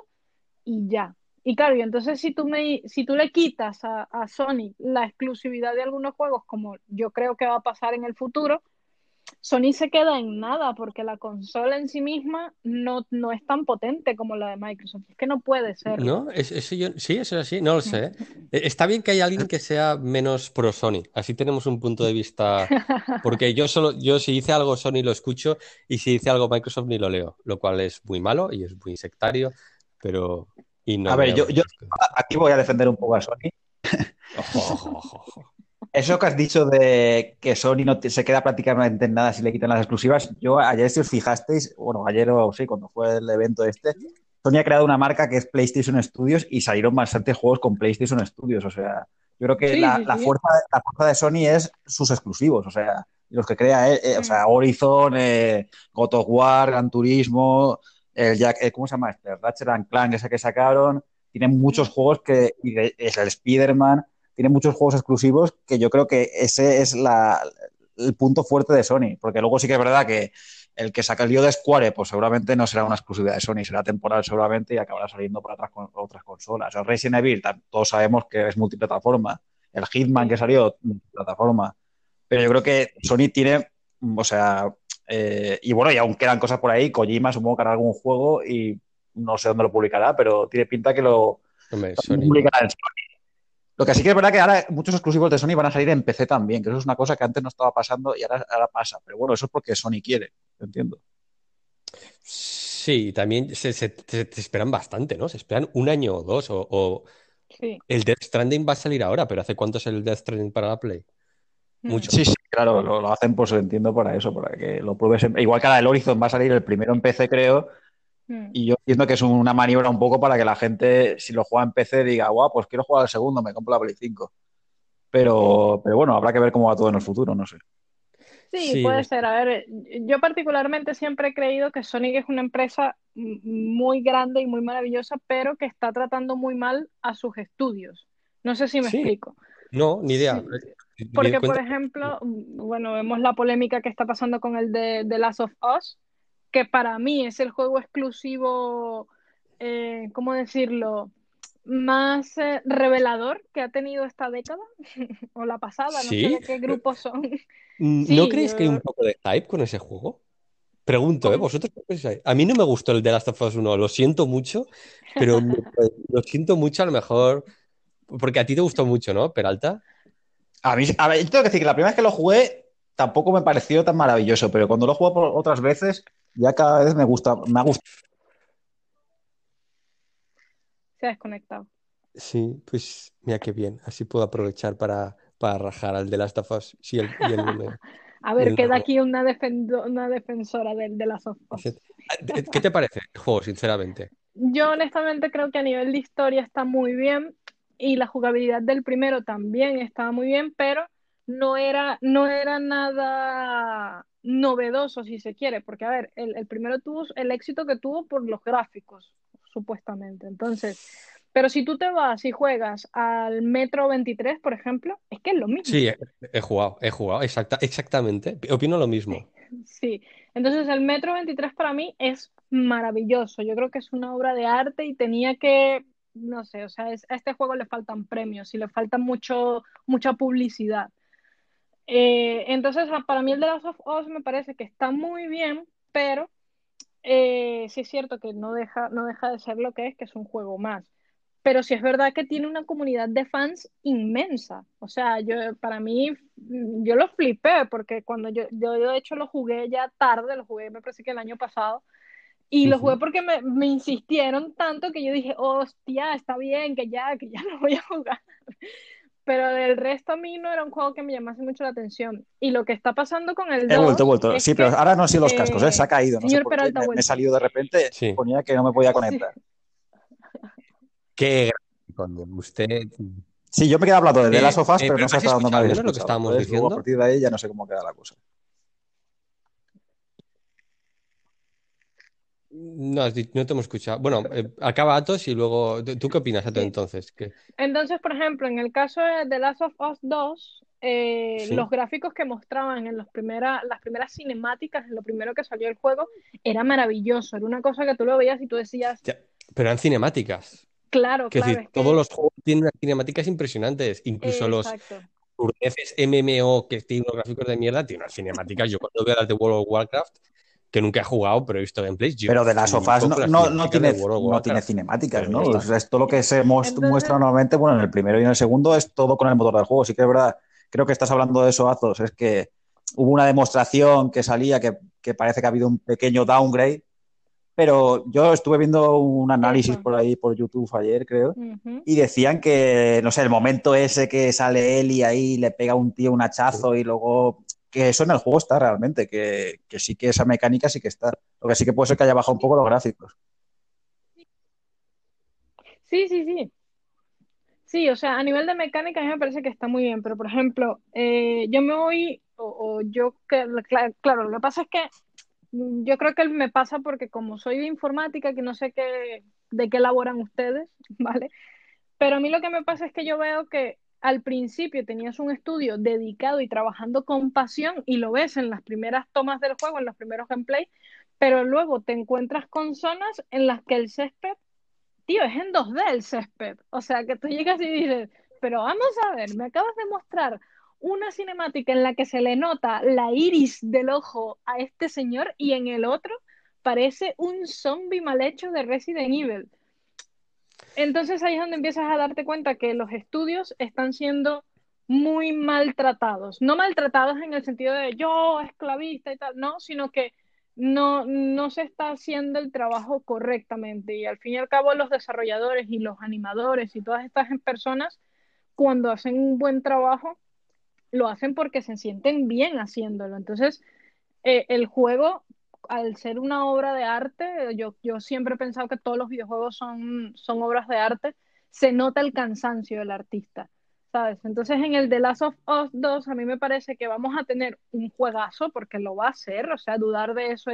y ya. Y claro, y entonces si tú le quitas a Sony la exclusividad de algunos juegos, como yo creo que va a pasar en el futuro, Sony se queda en nada porque la consola en sí misma no es tan potente como la de Microsoft. Es que no puede serlo. ¿No? Sí, eso es así, no lo sé. Está bien que haya alguien que sea menos pro Sony. Así tenemos un punto de vista. Porque yo si dice algo Sony lo escucho y si dice algo Microsoft ni lo leo, lo cual es muy malo y es muy sectario, pero. Y no A ver, veo. yo aquí voy a defender un poco a Sony. Ojo, ojo, ojo, ojo. Eso que has dicho de que Sony no se queda prácticamente en nada si le quitan las exclusivas, yo ayer si os fijasteis, bueno, ayer o sí, cuando fue el evento este, Sony ha creado una marca que es PlayStation Studios y salieron bastantes juegos con PlayStation Studios, o sea, yo creo que Sí, la, sí, la sí. fuerza, la fuerza de Sony es sus exclusivos, o sea, los que crea, o Mm, sea, Horizon, God of War, Gran Turismo, ¿cómo se llama este? Ratchet and Clank, ese que sacaron, tienen muchos mm. juegos es el Spider-Man, tiene muchos juegos exclusivos que yo creo que ese es el punto fuerte de Sony, porque luego sí que es verdad que el que saca el lío de Square, pues seguramente no será una exclusividad de Sony, será temporal seguramente y acabará saliendo para otras consolas. El Resident Evil, todos sabemos que es multiplataforma. El Hitman que Sí. salió, multiplataforma. Pero yo creo que Sony tiene, o sea, y bueno, y aún quedan cosas por ahí. Kojima supongo que hará algún juego y no sé dónde lo publicará, pero tiene pinta que lo Hombre, Sony no. publicará en lo que sí que es verdad que ahora muchos exclusivos de Sony van a salir en PC también, que eso es una cosa que antes no estaba pasando y ahora pasa. Pero bueno, eso es porque Sony quiere, entiendo. Sí, también te esperan bastante, ¿no? Se esperan un año o dos. O Sí. el Death Stranding va a salir ahora, pero ¿hace cuánto es el Death Stranding para la Play? Mm, Mucho. Sí, sí, claro, lo hacen, pues entiendo para eso, para que lo pruebes. Igual que ahora el Horizon va a salir el primero en PC, creo, mm. y yo entiendo que es una maniobra un poco para que la gente, si lo juega en PC, diga, guau, pues quiero jugar al segundo, me compro la Play 5. Pero bueno, habrá que ver cómo va todo en el futuro, no sé. Sí, Sí, puede ser. A ver, yo particularmente siempre he creído que Sonic es una empresa muy grande y muy maravillosa, pero que está tratando muy mal a sus estudios. No sé si me sí, explico. no, ni idea. Sí, porque, por Cuenta. ejemplo, bueno, vemos la polémica que está pasando con el de Last of Us, que para mí es el juego exclusivo, ¿cómo decirlo? Más revelador que ha tenido esta década o la pasada, no sé Sí. de qué grupo son. ¿No Sí, creéis que hay un poco de hype con ese juego? Pregunto, ¿eh? con- ¿Vosotros qué pensáis? A mí no me gustó el de Last of Us 1, lo siento mucho, pero lo siento mucho, a lo mejor Porque a ti te gustó mucho, ¿no, Peralta? A ver, yo tengo que decir que la primera vez que lo jugué tampoco me pareció tan maravilloso, pero cuando lo juego por otras veces ya cada vez me gusta, me ha gustado. Se ha desconectado. Sí, pues mira qué bien. Así puedo aprovechar para rajar al de Last of Us y él no me... A y ver, él no queda me- aquí una defensora de las of Us. ¿Qué te parece el juego, sinceramente? Yo honestamente creo que a nivel de historia está muy bien y la jugabilidad del primero también estaba muy bien, pero no era nada novedoso, si se quiere, porque a ver, el primero tuvo el éxito que tuvo por los gráficos, supuestamente. Entonces, pero si tú te vas y juegas al Metro 23, por ejemplo, es que es lo mismo. Sí, he jugado, exactamente. Opino lo mismo. Sí, entonces el Metro 23 para mí es maravilloso. Yo creo que es una obra de arte y tenía que, no sé, o sea, a este juego le faltan premios y le falta mucha publicidad. Entonces, para mí el de Last of Us me parece que está muy bien, pero sí es cierto que no deja de ser lo que es un juego más. Pero sí es verdad que tiene una comunidad de fans inmensa. O sea, para mí, yo lo flipé, porque cuando yo de hecho lo jugué ya tarde, lo jugué me parece que el año pasado, y lo jugué Ujú. porque me insistieron tanto que yo dije, hostia, está bien, que ya lo voy a jugar. Pero del resto a mí no era un juego que me llamase mucho la atención. Y lo que está pasando con el He vuelto, he 2 vuelto. es Sí, pero que, ahora no han sido los cascos, ¿eh? Se ha caído, no sé señor por qué. Peralta ha Me he vuelto. salido de repente y Sí. ponía que no me podía Sí. conectar. Qué grande. Usted. Sí, yo me quedé hablando de The Last of Us, pero ¿Pero no sé has hasta dónde me escuchado al habéis menos lo que escuchado. estábamos Entonces, luego a diciendo? partir de ahí ya no sé cómo queda la cosa. No, no te hemos escuchado. Bueno, acaba Atos y luego. ¿Tú qué opinas, Atos, Sí. entonces? Entonces, por ejemplo, en el caso de The Last of Us 2, los Sí. gráficos que mostraban en las primeras cinemáticas, en lo primero que salió el juego, era maravilloso. Era una cosa que tú lo veías y tú decías, Ya, pero eran cinemáticas. claro, Quiero claro, decir, es todos que, los juegos tienen unas cinemáticas impresionantes. Incluso los exacto. urdeces MMO que tienen unos gráficos de mierda, tienen unas cinemáticas. Yo cuando veo las de World of Warcraft, que nunca he jugado, pero he visto gameplays, yo Pero The Last of Us flipo con las cinemáticas de World of no tiene Warcraft. cinemáticas, Pero ya ¿no? O está. sea, es todo lo que se muestra Entonces, normalmente, bueno, en el primero y en el segundo es todo con el motor del juego. Sí que es verdad, creo que estás hablando de eso, Azos, es que hubo una demostración que salía que parece que ha habido un pequeño downgrade, pero yo estuve viendo un análisis eso. por ahí por YouTube ayer, creo, Ujú. y decían que, no sé, el momento ese que sale Ellie ahí, le pega a un tío un hachazo y luego que eso en el juego está realmente, que sí que esa mecánica sí que está. Lo que sí que puede ser que haya bajado un poco los gráficos. Sí, sí, sí. Sí, o sea, a nivel de mecánica a mí me parece que está muy bien, pero por ejemplo, yo me voy, o yo, claro, lo que pasa es que yo creo que me pasa porque como soy de informática, que no sé de qué elaboran ustedes, ¿vale? Pero a mí lo que me pasa es que yo veo que al principio tenías un estudio dedicado y trabajando con pasión y lo ves en las primeras tomas del juego, en los primeros gameplays, pero luego te encuentras con zonas en las que el césped, tío, es en 2D el césped. O sea, que tú llegas y dices, pero vamos a ver, me acabas de mostrar una cinemática en la que se le nota la iris del ojo a este señor y en el otro parece un zombie mal hecho de Resident Evil. Entonces ahí es donde empiezas a darte cuenta que los estudios están siendo muy maltratados. No maltratados en el sentido de yo esclavista y tal, no, sino que no se está haciendo el trabajo correctamente. Y al fin y al cabo los desarrolladores y los animadores y todas estas personas, cuando hacen un buen trabajo, lo hacen porque se sienten bien haciéndolo. Entonces, el juego, al ser una obra de arte, yo siempre he pensado que todos los videojuegos son obras de arte, se nota el cansancio del artista, ¿sabes? Entonces en el The Last of Us 2 a mí me parece que vamos a tener un juegazo, porque lo va a hacer, o sea, dudar de eso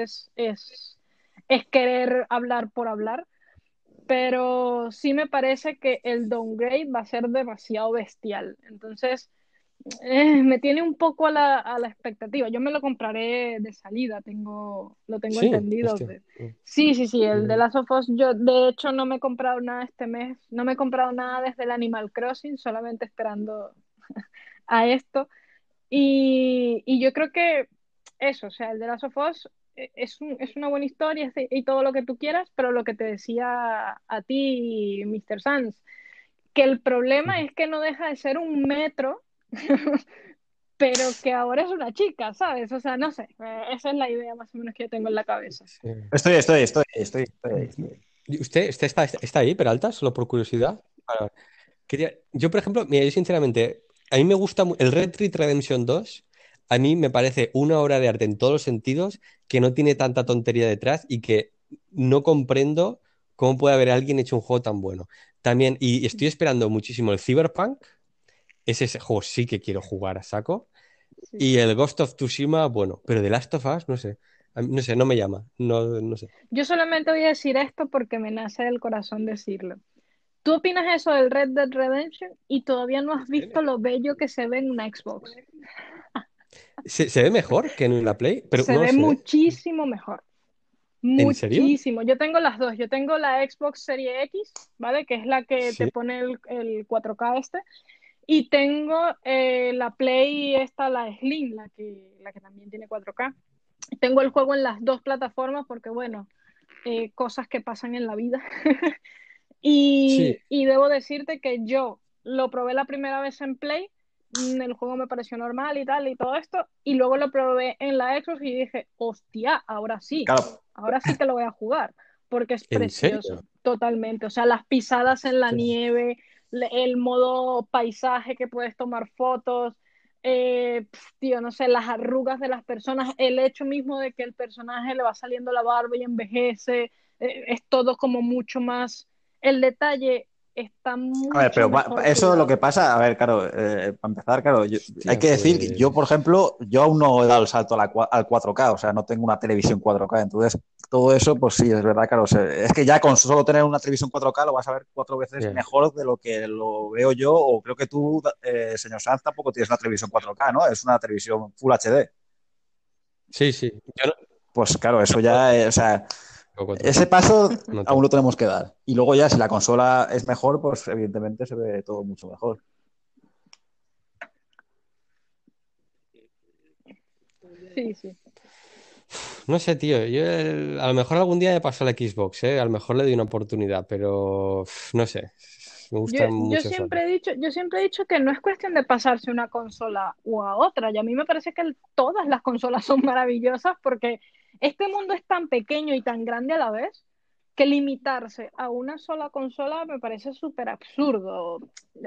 es querer hablar por hablar, pero sí me parece que el downgrade va a ser demasiado bestial. Entonces me tiene un poco a la expectativa. Yo me lo compraré de salida, lo tengo Sí, entendido. hostia. Sí, sí, sí, el de Mm. Last of Us, yo de hecho no me he comprado nada este mes, no me he comprado nada desde el Animal Crossing, solamente esperando a esto. Y yo creo que eso, o sea, el de Last of Us es una buena historia y todo lo que tú quieras, pero lo que te decía a ti, Mr. Sanz, que el problema es que no deja de ser un metro, pero que ahora es una chica, ¿sabes? O sea, no sé, esa es la idea más o menos que yo tengo en la cabeza. Sí. Estoy. ¿Usted está ahí, Peralta? Solo por curiosidad. Vale. Yo, por ejemplo, mira, yo sinceramente, a mí me gusta el Red Dead Redemption 2. A mí me parece una obra de arte en todos los sentidos, que no tiene tanta tontería detrás y que no comprendo cómo puede haber alguien hecho un juego tan bueno. También, y estoy esperando muchísimo el Cyberpunk. Ese juego sí que quiero jugar a saco. Sí, Y sí. el Ghost of Tsushima, bueno, pero The Last of Us, no sé. No sé, no me llama. No, no sé. Yo solamente voy a decir esto porque me nace del corazón decirlo. ¿Tú opinas eso del Red Dead Redemption y todavía no has visto lo bello que se ve en una Xbox? ¿Se ve mejor que en la Play? Pero Se no lo ve sé, ¿eh? muchísimo mejor. ¿En serio? Muchísimo. Yo tengo las dos. Yo tengo la Xbox Series X, ¿vale? Que es la que te Sí. pone el 4K este. Y tengo la Play esta, la Slim, la que también tiene 4K. Tengo el juego en las dos plataformas porque, bueno, cosas que pasan en la vida. Sí. Y debo decirte que yo lo probé la primera vez en Play, el juego me pareció normal y tal y todo esto, y luego lo probé en la Xbox y dije, hostia, Claro, ahora sí que lo voy a jugar, porque es ¿En precioso, serio? totalmente. O sea, las pisadas en la Sí. nieve, el modo paisaje que puedes tomar fotos, tío, no sé, las arrugas de las personas, el hecho mismo de que el personaje le va saliendo la barba y envejece, es todo como mucho más, el detalle está a ver, mucho pero mejor eso es lo que cuidado. pasa. A ver, claro, para empezar, claro, hay Hostia, que decir que yo, por pues. ejemplo, yo aún no he dado el salto al 4K, o sea, no tengo una televisión 4K, entonces todo eso, pues sí, es verdad, claro, es que ya con solo tener una televisión 4K lo vas a ver 4 veces Ya. mejor de lo que lo veo yo, o creo que tú, señor Sanz, tampoco tienes una televisión 4K, ¿no? Es una televisión Full HD. Sí, sí. Yo Pues claro, no eso puedo ya, tener o sea, 4K. ese paso No aún tengo. lo tenemos que dar. Y luego ya, si la consola es mejor, pues evidentemente se ve todo mucho mejor. Sí, sí. No sé, tío. Yo a lo mejor algún día me paso a la Xbox, ¿eh? A lo mejor le doy una oportunidad, pero no sé. Me Yo, gusta yo mucho Sony. siempre he dicho, yo siempre he dicho que no es cuestión de pasarse una consola u a otra. Y a mí me parece que todas las consolas son maravillosas porque este mundo es tan pequeño y tan grande a la vez que limitarse a una sola consola me parece súper absurdo.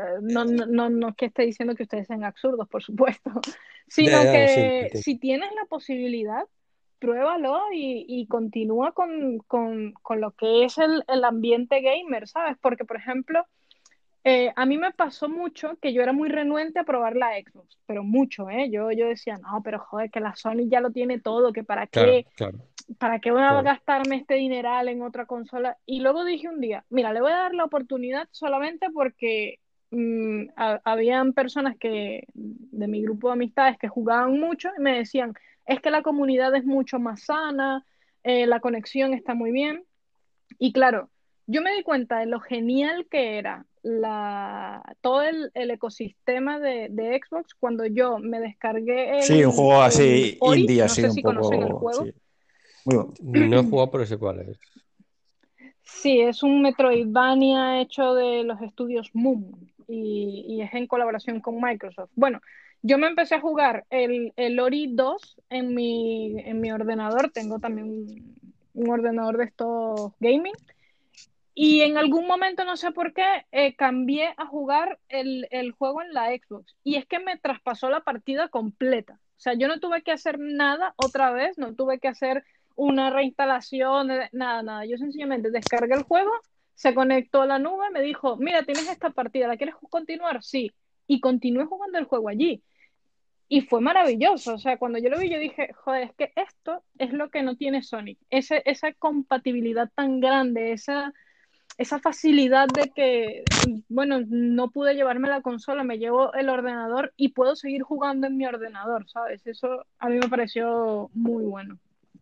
No que esté diciendo que ustedes sean absurdos, por supuesto, Ya, sino ya, lo siento, que entiendo. si tienes la posibilidad, pruébalo y continúa con lo que es el ambiente gamer, ¿sabes? Porque, por ejemplo, a mí me pasó mucho que yo era muy renuente a probar la Xbox, pero mucho, ¿eh? Yo decía, no, pero joder, que la Sony ya lo tiene todo, que Claro, claro, para qué voy a claro. gastarme este dineral en otra consola. Y luego dije un día, mira, le voy a dar la oportunidad solamente porque habían personas de mi grupo de amistades que jugaban mucho y me decían, es que la comunidad es mucho más sana, la conexión está muy bien. Y claro, yo me di cuenta de lo genial que era todo el ecosistema de Xbox cuando yo me descargué Sí, un juego el así Ori, indie, no así sé un si conocen el poco, juego. sí. Muy bueno. No he jugado, pero sé cuál es. Sí, es un Metroidvania hecho de los estudios Moon y es en colaboración con Microsoft. Bueno, yo me empecé a jugar el Ori 2 en mi ordenador, tengo también un ordenador de estos gaming. Y en algún momento, no sé por qué, cambié a jugar el juego en la Xbox. Y es que me traspasó la partida completa. O sea, yo no tuve que hacer nada otra vez, no tuve que hacer una reinstalación, nada, nada. Yo sencillamente descargué el juego, se conectó a la nube, me dijo, mira, tienes esta partida, ¿la quieres continuar? Sí. Y continué jugando el juego allí. Y fue maravilloso. O sea, cuando yo lo vi, yo dije, joder, es que esto es lo que no tiene Sony. Esa compatibilidad tan grande, esa facilidad de que, bueno, no pude llevarme la consola, me llevo el ordenador y puedo seguir jugando en mi ordenador, ¿sabes? Eso a mí me pareció muy bueno.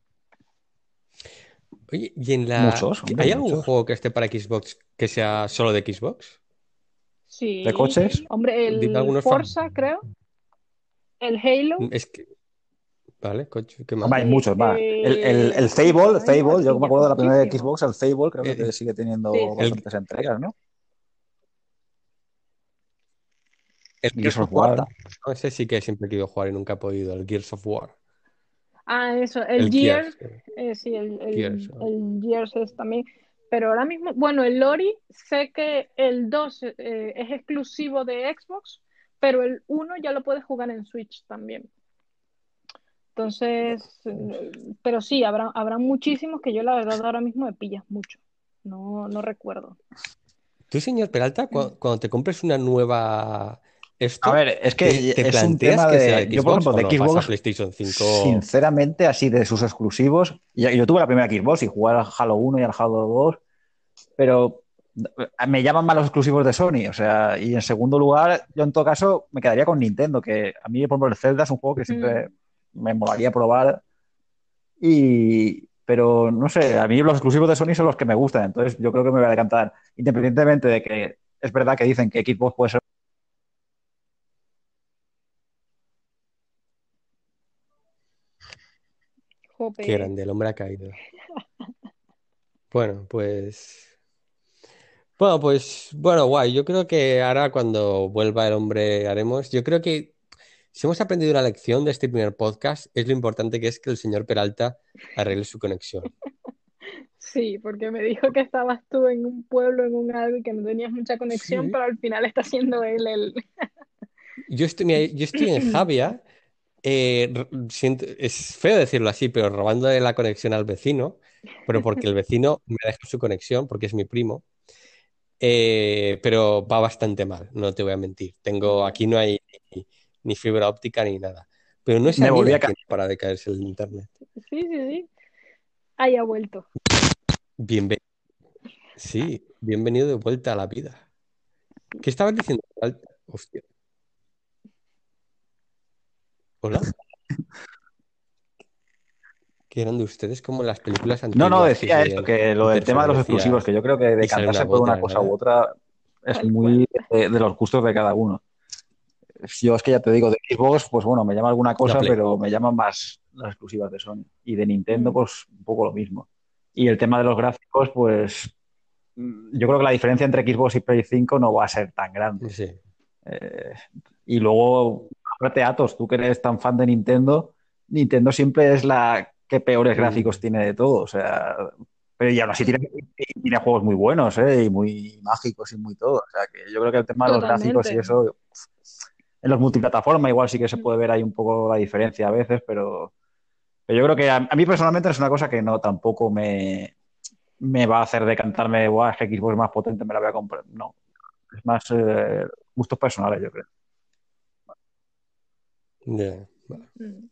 Oye, ¿y en Muchos, hombre, ¿hay algún muchos. juego que esté para Xbox que sea solo de Xbox? ¿De Sí, coches? hombre, Dime el algunos Forza, creo, el Halo, Es que, vale, ¿qué Hombre, hay más? sí, muchos, va. El Fable, joder, no, Fable, yo me ya acuerdo de la primera de muchísimo. Xbox, el Fable, creo Eh, que sigue Sí, teniendo sí. el, bastantes entregas, ¿no? El Gears Gears of of War War. también, ¿no? Ese sí que siempre he querido jugar y nunca he podido, el Gears of War. Ah, eso, el El Gears, Gears. sí, Gears. el Gears es también, pero ahora mismo, bueno, el Ori, sé que el 2 es exclusivo de Xbox, pero el uno ya lo puedes jugar en Switch también. Entonces, pero sí, habrá muchísimos que yo la verdad ahora mismo me pillas mucho. No recuerdo. Tú, señor Peralta, cuando te compres una nueva A esto, ver, es ¿te, que te es un planteas tema que sea de. Yo, por Xbox ejemplo, o de no? ¿Vas a Xbox, PlayStation 5? sinceramente, así de sus exclusivos. Yo tuve la primera Xbox y jugué al Halo 1 y al Halo 2, pero me llaman más los exclusivos de Sony. O sea, y en segundo lugar, yo en todo caso me quedaría con Nintendo, que a mí, por ejemplo, el Zelda es un juego que siempre Mm. me molaría probar. Pero no sé, a mí los exclusivos de Sony son los que me gustan, entonces yo creo que me voy a decantar, independientemente de que es verdad que dicen que Xbox puede ser. Qué Jope. grande, el hombre ha caído. Bueno, pues. Bueno, guay. Yo creo que ahora cuando vuelva el hombre haremos. Yo creo que si hemos aprendido una lección de este primer podcast, es lo importante que es que el señor Peralta arregle su conexión. Sí, porque me dijo que estabas tú en un pueblo, en un algo y que no tenías mucha conexión, Sí. pero al final está siendo él el... Yo estoy en Javia. Es feo decirlo así, pero robándole la conexión al vecino, pero porque el vecino me deja su conexión, porque es mi primo. Pero va bastante mal, no te voy a mentir. Aquí no hay ni fibra óptica ni nada. Pero no sé a Me mí volví de a aquí para de caerse el internet. Sí, sí, sí. Ahí ha vuelto. Bienvenido, sí, bienvenido de vuelta a la vida. ¿Qué estabas diciendo? Hostia, hola, ¿qué eran de ustedes como en las películas No, no, antiguas que decía esto, salían que lo del tema de los exclusivos, interferencias que yo creo que y sale una decantarse por voz de una la cosa u nada? otra es Tal cual. muy de los gustos de cada uno. Yo es que ya te digo, de Xbox, pues bueno, me llama alguna La cosa, Play. pero me llaman más las exclusivas de Sony. Y de Nintendo, Mm. pues un poco lo mismo. Y el tema de los gráficos, pues yo creo que la diferencia entre Xbox y Play 5 no va a ser tan grande. Sí. Eh, y luego, aparte, Atos, tú que eres tan fan de Nintendo, Nintendo siempre es la que peores gráficos Mm, tiene de todo. O sea, pero y aún así tiene juegos muy buenos, ¿eh? Y muy mágicos y muy todo. O sea, que yo creo que el tema de los gráficos y Totalmente. eso, en los multiplataforma igual sí que se Mm. puede ver ahí un poco la diferencia a veces, pero yo creo que a mí personalmente es una cosa que no tampoco me va a hacer decantarme, guau, es que Xbox es más potente, me la voy a comprar. No, es más gustos personales, yo creo. ya, vale. Mm.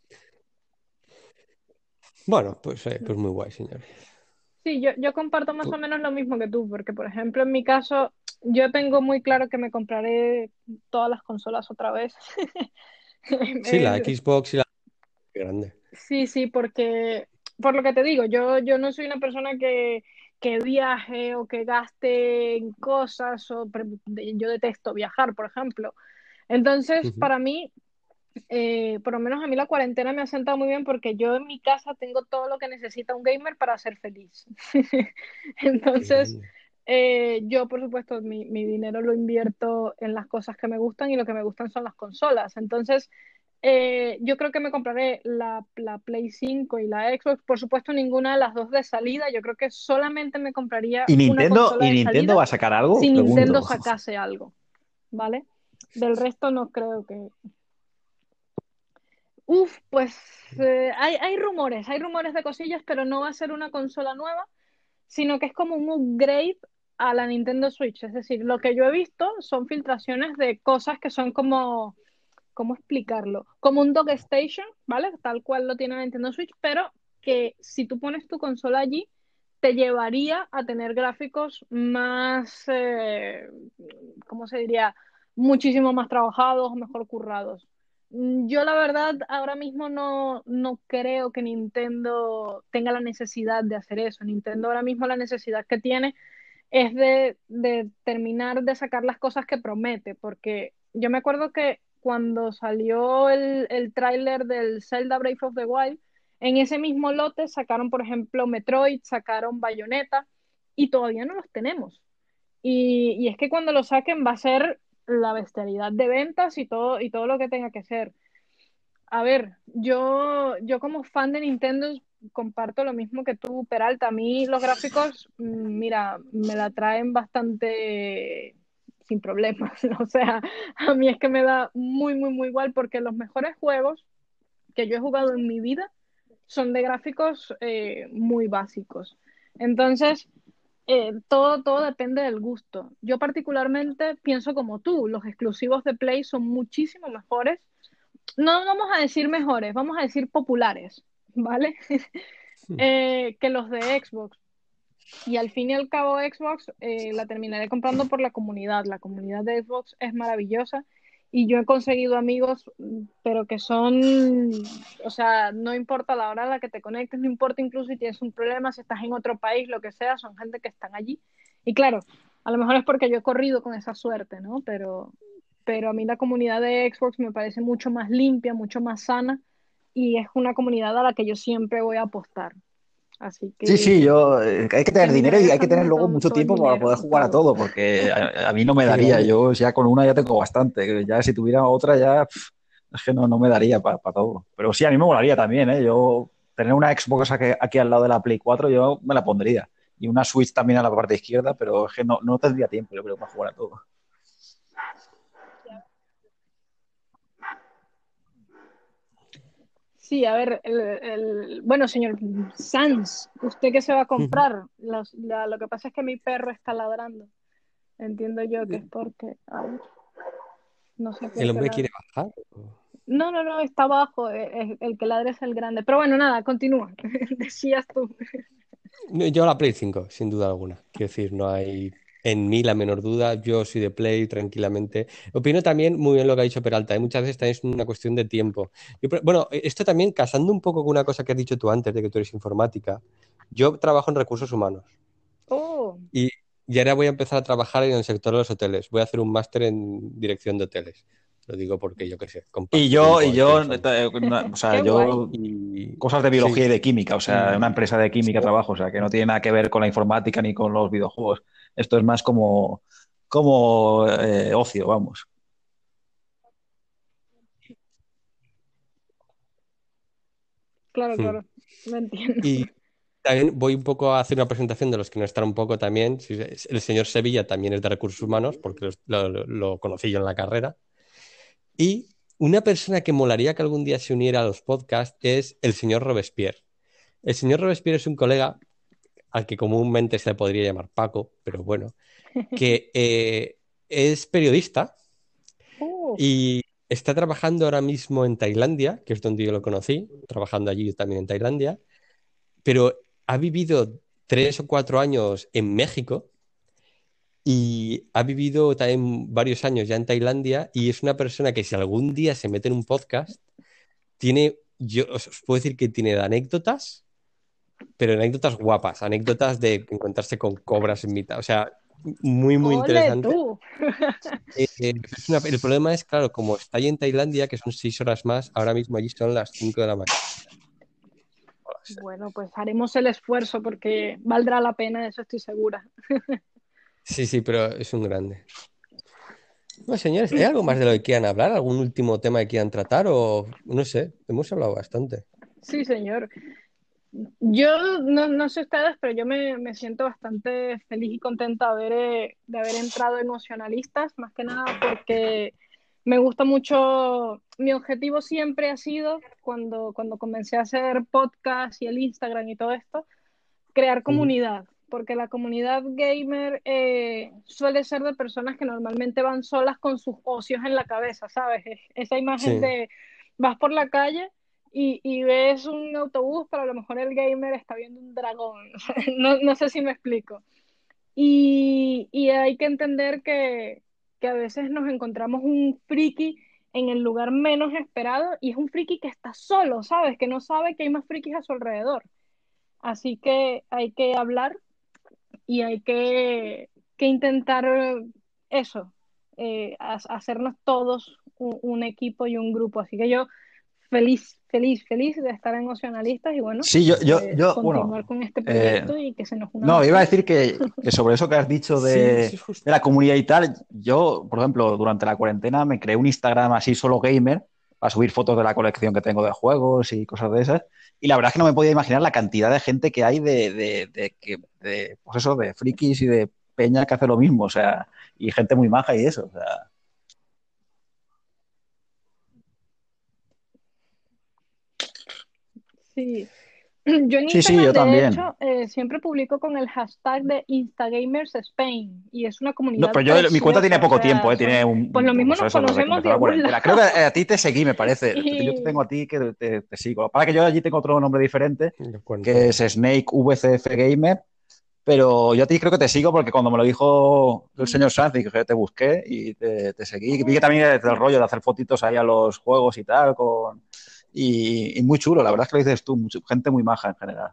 Bueno, pues muy guay, señores. Sí, yo comparto más o Pu- menos lo mismo que tú, porque por ejemplo en mi caso yo tengo muy claro que me compraré todas las consolas otra vez. Sí, la Eh, Xbox y la grande. Sí, sí, porque por lo que te digo, yo no soy una persona que viaje o que gaste en cosas, yo detesto viajar, por ejemplo. Entonces, Ujú. para mí, por lo menos a mí la cuarentena me ha sentado muy bien porque yo en mi casa tengo todo lo que necesita un gamer para ser feliz. Qué Entonces, grande. yo, por supuesto, mi dinero lo invierto en las cosas que me gustan y lo que me gustan son las consolas. Entonces, yo creo que me compraré la Play 5 y la Xbox. Por supuesto, ninguna de las dos de salida. Yo creo que solamente me compraría una consola Y de Nintendo salida va a sacar algo? si Nintendo Pregunto. sacase algo, ¿vale? Del resto no creo que... Uf, pues hay rumores de cosillas, pero no va a ser una consola nueva, sino que es como un upgrade a la Nintendo Switch. Es decir, lo que yo he visto son filtraciones de cosas que son como, ¿cómo explicarlo? Como un dock station, ¿vale? Tal cual lo tiene la Nintendo Switch, pero que si tú pones tu consola allí, te llevaría a tener gráficos más, ¿cómo se diría? Muchísimo más trabajados, mejor currados. Yo la verdad ahora mismo no creo que Nintendo tenga la necesidad de hacer eso. Nintendo ahora mismo la necesidad que tiene es de terminar de sacar las cosas que promete, porque yo me acuerdo que cuando salió el tráiler del Zelda Breath of the Wild, en ese mismo lote sacaron, por ejemplo, Metroid, sacaron Bayonetta y todavía no los tenemos. Y es que cuando lo saquen va a ser la bestialidad de ventas y todo lo que tenga que ser. A ver, yo como fan de Nintendo comparto lo mismo que tú, Peralta. A mí los gráficos, mira, me la traen bastante sin problemas. O sea, a mí es que me da muy, muy, muy igual porque los mejores juegos que yo he jugado en mi vida son de gráficos muy básicos. Entonces, todo depende del gusto. Yo particularmente pienso como tú, los exclusivos de Play son muchísimo mejores. No vamos a decir mejores, vamos a decir populares, ¿vale? Que los de Xbox. Y al fin y al cabo Xbox la terminaré comprando por la comunidad. La comunidad de Xbox es maravillosa y yo he conseguido amigos, pero que son, o sea, no importa la hora a la que te conectes, no importa incluso si tienes un problema, si estás en otro país, lo que sea, son gente que están allí. Y claro, a lo mejor es porque yo he corrido con esa suerte, ¿no? Pero a mí la comunidad de Xbox me parece mucho más limpia, mucho más sana y es una comunidad a la que yo siempre voy a apostar. Así Sí, sí, que hay que tener dinero terminaré y hay que tener gastándome luego mucho todo el tiempo para dinero poder y jugar a todo. todo, porque a mí no me Qué daría. grande. Yo ya con una ya tengo bastante. Ya si tuviera otra ya es que no me daría para todo. Pero sí, a mí me molaría también, ¿eh? Yo tener una Xbox aquí al lado de la Play 4 yo me la pondría. Y una Switch también a la parte izquierda, pero es que no tendría tiempo, yo creo, para jugar a todo. Sí, a ver, bueno, señor Sanz, ¿usted qué se va a Ujú. comprar? Lo que pasa es que mi perro está ladrando. Entiendo yo que es porque, a ver, no sé por ¿El qué hombre quiere ladra. bajar? No, no, no, está abajo, el que ladra es el grande. Pero bueno, nada, continúa. Decías tú. No, yo la Play 5, sin duda alguna. Quiero decir, no hay en mí la menor duda. Yo soy de Play tranquilamente. Opino también muy bien lo que ha dicho Peralta. Muchas veces también es una cuestión de tiempo. Bueno, esto también casando un poco con una cosa que has dicho tú antes de que tú eres informática. Yo trabajo en recursos humanos Oh, y, y ahora voy a empezar a trabajar en el sector de los hoteles. Voy a hacer un máster en dirección de hoteles. Lo digo porque yo qué sé, Y comparto yo, y tiempo yo, interesante. o sea, qué guay. yo Y cosas de biología sí, y de química, o sea, en una y empresa de química trabajo, o sea, que no tiene nada que ver con la informática ni con los videojuegos. Esto es más como ocio, vamos. Claro, hmm. claro, lo entiendo. Y también voy un poco a hacer una presentación de los que no están un poco también. Sí, el señor Sevilla también es de recursos humanos, porque lo conocí yo en la carrera. Y una persona que molaría que algún día se uniera a los podcasts es el señor Robespierre. El señor Robespierre es un colega al que comúnmente se le podría llamar Paco, pero bueno, que es periodista Oh, y está trabajando ahora mismo en Tailandia, que es donde yo lo conocí, trabajando allí también en Tailandia, pero ha vivido 3 o 4 años en México y ha vivido también varios años ya en Tailandia y es una persona que si algún día se mete en un podcast, tiene, yo os puedo decir que tiene anécdotas, pero anécdotas guapas, anécdotas de encontrarse con cobras en mitad, o sea, muy, muy ole interesante. tú. El problema es, claro, como está ahí en Tailandia, que son 6 horas más, ahora mismo allí son las 5 de la mañana. Bueno, pues haremos el esfuerzo porque valdrá la pena, de eso estoy segura. Sí, sí, pero es un grande. Bueno, señores, ¿hay algo más de lo que quieran hablar? ¿Algún último tema que quieran tratar? O no sé, hemos hablado bastante. Sí, señor. Yo no sé ustedes, pero yo me siento bastante feliz y contenta de haber entrado en Emocionalistas, más que nada porque me gusta mucho, mi objetivo siempre ha sido, cuando comencé a hacer podcast y el Instagram y todo esto, crear Ujú. comunidad, porque la comunidad gamer suele ser de personas que normalmente van solas con sus ocios en la cabeza, ¿sabes? Esa imagen Sí, de vas por la calle y ves un autobús, pero a lo mejor el gamer está viendo un dragón. No sé si me explico. Y hay que entender que a veces nos encontramos un friki en el lugar menos esperado y es un friki que está solo, ¿sabes? Que no sabe que hay más frikis a su alrededor. Así que hay que hablar y hay que intentar eso, hacernos todos un equipo y un grupo. Así que yo feliz, feliz, feliz de estar en Opcionalistas y bueno, Sí, continuar bueno, con este proyecto y que se nos una no, más iba a gente. decir que sobre eso que has dicho Sí, eso es justo. de la comunidad y tal, yo, por ejemplo, durante la cuarentena me creé un Instagram así solo gamer para subir fotos de la colección que tengo de juegos y cosas de esas. Y la verdad es que no me podía imaginar la cantidad de gente que hay pues eso, de frikis y de peña que hace lo mismo, o sea, y gente muy maja y eso, o sea. Sí. Yo en Sí, sí, Instagram, yo de también. hecho, siempre publico con el hashtag de Instagamers Spain y es una No, comunidad pero mi cuenta tiene preciosa, o poco sea, tiempo, son, tiene pues lo mismo pues nos eso, desde que conocemos empezó de la algún cuarentena. Creo que lado. a ti te seguí, me parece. Yo te tengo Y a ti que te sigo. Para que yo allí tengo otro nombre diferente, Lo que cuento. es Snake VCF Gamer, pero yo a ti creo que te sigo porque cuando me lo dijo el señor Sanz, dije que te busqué y te seguí. Y vi que también eres del rollo de hacer fotitos ahí a los juegos y tal, y muy chulo, la verdad es que lo dices tú, gente muy maja en general.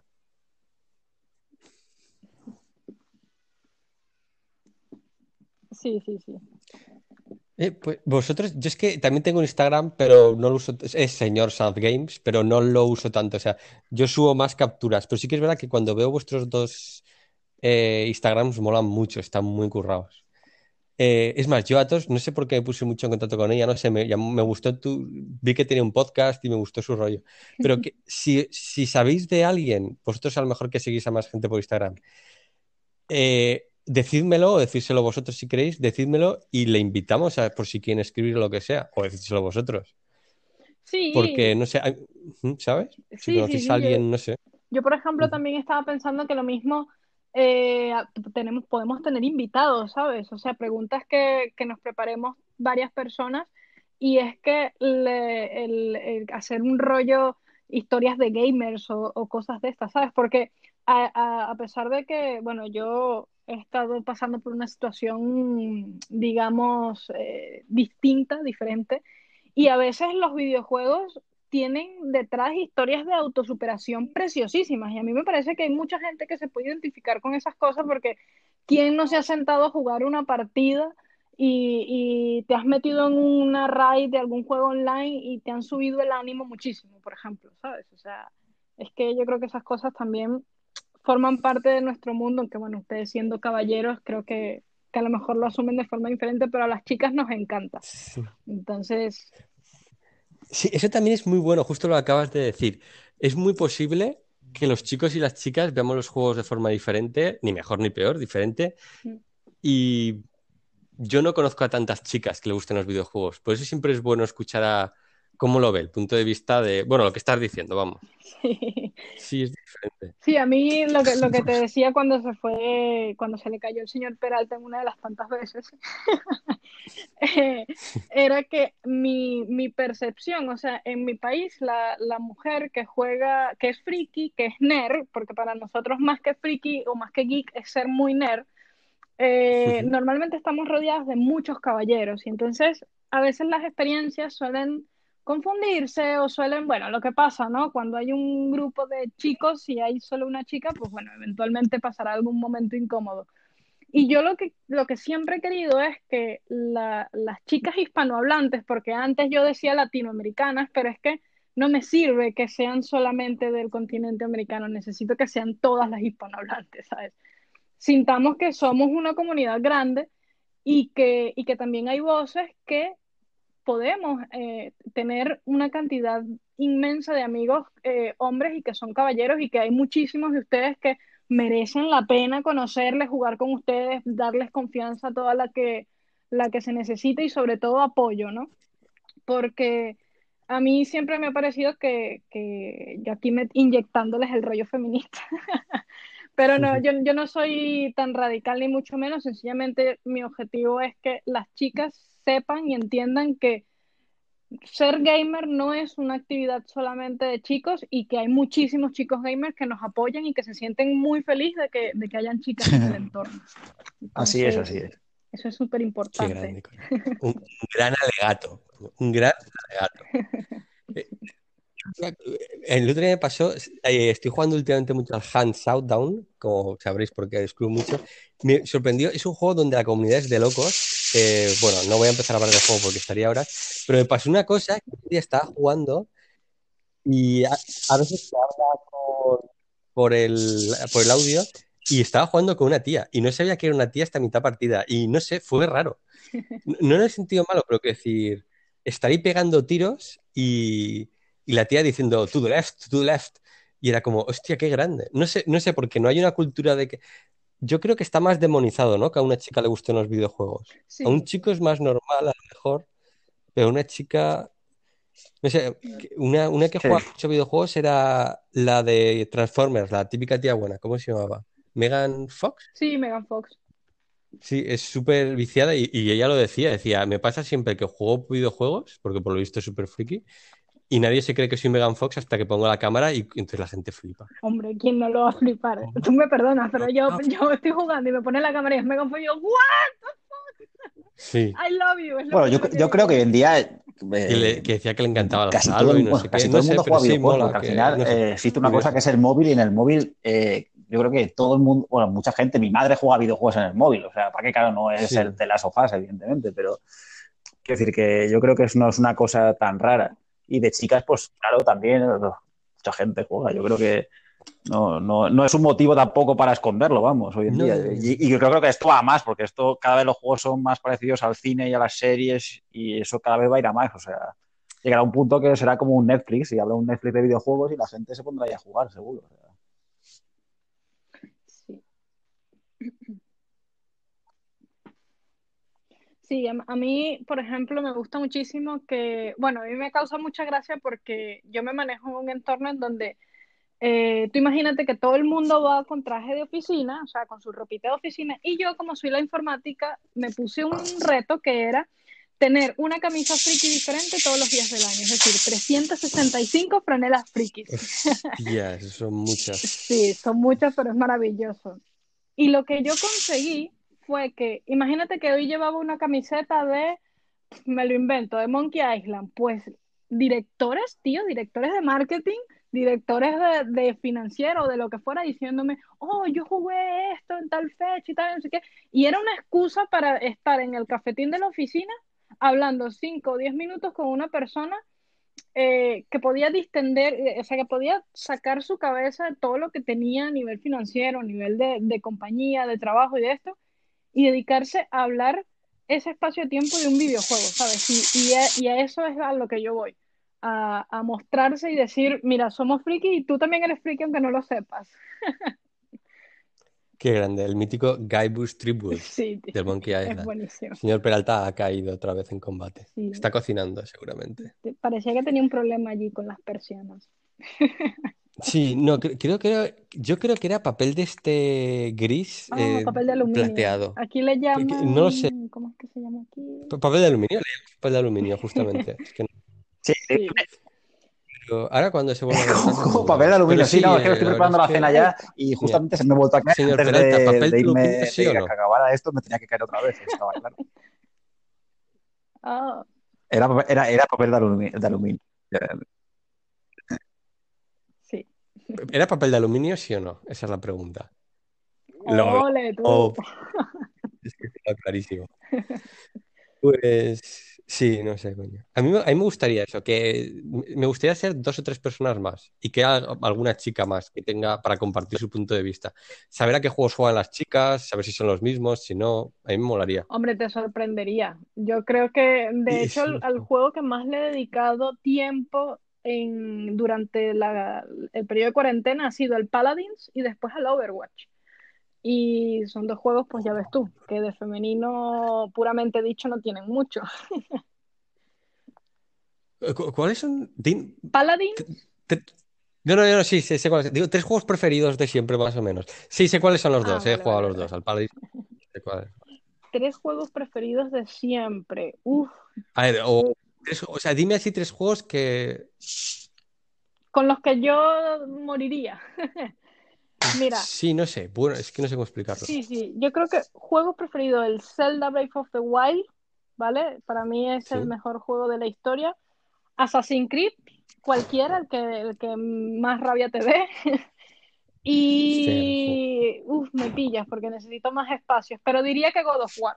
sí, sí, sí. Pues vosotros, yo es que también tengo Instagram, pero no lo uso, es señor South Games, pero no lo uso tanto. O sea, yo subo más capturas, pero sí que es verdad que cuando veo vuestros dos Instagrams molan mucho, están muy currados. Es más, yo a todos, no sé por qué me puse mucho en contacto con ella, no sé, me gustó vi que tenía un podcast y me gustó su rollo. Pero que si sabéis de alguien, vosotros a lo mejor que seguís a más gente por Instagram, decídmelo o decídselo vosotros si queréis, decídmelo y le invitamos a, por si quieren escribir o lo que sea, o decídselo vosotros. Porque, Sí, no sé, ¿sabes? Si sí, sí, conocéis a sí. alguien, no sé. Yo, por ejemplo, Ujú. también estaba pensando que lo mismo podemos tener invitados, ¿sabes? O sea, preguntas que nos preparemos varias personas y es que el hacer un rollo historias de gamers o cosas de estas, ¿sabes? Porque a pesar de que, bueno, yo he estado pasando por una situación, digamos, distinta, diferente, y a veces los videojuegos tienen detrás historias de autosuperación preciosísimas. Y a mí me parece que hay mucha gente que se puede identificar con esas cosas porque ¿quién no se ha sentado a jugar una partida y te has metido en una raid de algún juego online y te han subido el ánimo muchísimo, por ejemplo, ¿sabes? O sea, es que yo creo que esas cosas también forman parte de nuestro mundo, aunque bueno, ustedes siendo caballeros creo que a lo mejor lo asumen de forma diferente, pero a las chicas nos encanta. Sí. Entonces, Sí, eso también es muy bueno, justo lo acabas de decir. Es muy posible que los chicos y las chicas veamos los juegos de forma diferente, ni mejor ni peor, diferente. Y yo no conozco a tantas chicas que le gusten los videojuegos. Por eso siempre es bueno escuchar a cómo lo ve, el punto de vista de, bueno, lo que estás diciendo, vamos. sí. Sí, es diferente. Sí, a mí lo que te decía cuando se fue, cuando se le cayó el señor Peralta en una de las tantas veces, eh, era que mi percepción, o sea, en mi país, la mujer que juega, que es friki, que es nerd, porque para nosotros más que friki o más que geek es ser muy nerd, normalmente estamos rodeados de muchos caballeros y entonces a veces las experiencias suelen confundirse o suelen, bueno, lo que pasa, ¿no? Cuando hay un grupo de chicos y hay solo una chica, pues bueno, eventualmente pasará algún momento incómodo. Y yo lo que siempre he querido es que las chicas hispanohablantes, porque antes yo decía latinoamericanas, pero es que no me sirve que sean solamente del continente americano, necesito que sean todas las hispanohablantes, ¿sabes? Sintamos que somos una comunidad grande y que también hay voces que podemos tener una cantidad inmensa de amigos hombres y que son caballeros y que hay muchísimos de ustedes que merecen la pena conocerles, jugar con ustedes, darles confianza toda la que se necesite y sobre todo apoyo, ¿no? Porque a mí siempre me ha parecido que yo aquí me inyectándoles el rollo feminista. Pero no, yo no soy tan radical ni mucho menos, sencillamente mi objetivo es que las chicas sepan y entiendan que ser gamer no es una actividad solamente de chicos y que hay muchísimos chicos gamers que nos apoyan y que se sienten muy felices de que hayan chicas en el entorno. Así es, Entonces, así es. eso es súper Qué importante. grande, coño. Un gran alegato. Un gran alegato. Eh, El otro día me pasó, estoy jugando últimamente mucho al Hands Down, como sabréis porque escribo mucho. Me sorprendió, es un juego donde la comunidad es de locos. Bueno, no voy a empezar a hablar del juego porque estaría horas, pero me pasó una cosa, que un día estaba jugando y a veces se habla por el audio y estaba jugando con una tía y no sabía que era una tía hasta mitad partida y no sé, fue raro. No en el sentido malo, pero que decir, estar ahí pegando tiros y la tía diciendo to the left. Y era como, hostia, qué grande. No sé, porque no hay una cultura de que. Yo creo que está más demonizado, ¿no? Que a una chica le gusten los videojuegos. A un Sí, chico es más normal, a lo mejor, pero una chica. No sé, una que Sí. juega mucho videojuegos era la de Transformers, la típica tía buena. ¿Cómo se llamaba? ¿Megan Fox? sí, Megan Fox. Sí, es súper viciada y ella lo decía, me pasa siempre que juego videojuegos, porque por lo visto es súper friki, y nadie se cree que soy Megan Fox hasta que pongo la cámara y entonces la gente flipa. Hombre, ¿quién no lo va a flipar? Oh, Tú me perdonas, pero yo, no. yo estoy jugando y me pone la cámara y es Megan Fox y yo, ¿what? Sí, I love you, es lo Bueno, primero que yo creo que digo. hoy en día que decía que le encantaba el casi todo Halo y no bueno, sé qué, casi todo no el sé, mundo pero juega sí videojuegos mola, porque al que final no sé, existe una cosa que curioso. es el móvil y en el móvil yo creo que todo el mundo, bueno, mucha gente, mi madre juega videojuegos en el móvil, o sea, para qué claro, no es el Sí, de las sofás, evidentemente, pero quiero decir que yo creo que no es una cosa tan rara. Y de chicas, pues claro, también mucha gente juega. Yo creo que no es un motivo tampoco para esconderlo, vamos, hoy en día. no, Y yo creo que esto va a más, porque esto cada vez los juegos son más parecidos al cine y a las series, y eso cada vez va a ir a más. O sea, llegará un punto que será como un Netflix, y habrá un Netflix de videojuegos y la gente se pondrá ahí a jugar, seguro. O sea, Sí. Sí, a mí, por ejemplo, me gusta muchísimo que, bueno, a mí me causa mucha gracia porque yo me manejo en un entorno en donde tú imagínate que todo el mundo va con traje de oficina, o sea, con su ropita de oficina, y yo, como soy la informática, me puse un reto que era tener una camisa friki diferente todos los días del año, es decir, 365 franelas frikis. hostias, son muchas. Sí, son muchas, pero es maravilloso. Y lo que yo conseguí fue que, imagínate que hoy llevaba una camiseta de, me lo invento, de Monkey Island, pues directores, tío, directores de marketing, directores de financiero, de lo que fuera, diciéndome, oh, yo jugué esto en tal fecha y tal, no sé qué. Y era una excusa para estar en el cafetín de la oficina hablando 5 o 10 minutos con una persona que podía distender, o sea, que podía sacar su cabeza de todo lo que tenía a nivel financiero, a nivel de compañía, de trabajo y de esto, y dedicarse a hablar ese espacio de tiempo de un videojuego, ¿sabes? Y a eso es a lo que yo voy, a mostrarse y decir, mira, somos friki y tú también eres friki aunque no lo sepas. Qué grande, el mítico Guybrush Threepwood Sí, tío, del Monkey es Island. buenísimo. Señor Peralta ha caído otra vez en combate. Sí, Está cocinando, seguramente. parecía que tenía un problema allí con las persianas. Sí, no, yo creo que era papel de este gris Ah, papel de aluminio. plateado. Aquí le No lo sé. llaman, ¿cómo es que se llama aquí? Papel de aluminio, le llamo papel de aluminio, justamente. Es que no. sí, Sí. Pero ahora cuando se vuelva a conectar se lo como papel de preguntaré. Pero aluminio, sí, sí, no, es que me estoy la verdad preparando es la que, cena ya y mira, justamente se me ha vuelto a caer señor antes Peralta, ¿papel de de irme, aluminio sí de o que no? acabara esto, me tenía que caer otra vez, estaba claro. Ah, Era papel de aluminio. sí. ¿Era papel de aluminio sí o no? Esa es la pregunta. Lo, Ole, tú. oh, es que está clarísimo. Pues sí, no sé, coño. A mí me gustaría eso, que me gustaría ser dos o tres personas más y que haya alguna chica más que tenga para compartir su punto de vista. Saber a qué juegos juegan las chicas, saber si son los mismos, si no, a mí me molaría. Hombre, te sorprendería. Yo creo que, de Y hecho, sí, al juego que más le he dedicado tiempo durante el periodo de cuarentena ha sido el Paladins y después al Overwatch. Y son dos juegos, pues ya ves tú, que de femenino puramente dicho no tienen mucho. ¿Cuáles son? Paladins, T- t- No, no, no, sí, sé cuáles. Digo, tres juegos preferidos de siempre, más o menos. Sí, sé cuáles son los ah, dos, he vale, jugado vale, a los vale. dos, al Paladins, sé cuáles. Tres juegos preferidos de siempre. Uf, A ver, o sea, dime así tres juegos que. con los que yo moriría. Mira, Sí, no sé, bueno, es que no sé cómo explicarlo. sí, sí, yo creo que juego preferido el Zelda Breath of the Wild, ¿vale? Para mí es el Sí, mejor juego de la historia. Assassin's Creed, cualquiera, el que más rabia te dé. hostia, Y, me pillas porque necesito más espacios, pero diría que God of War.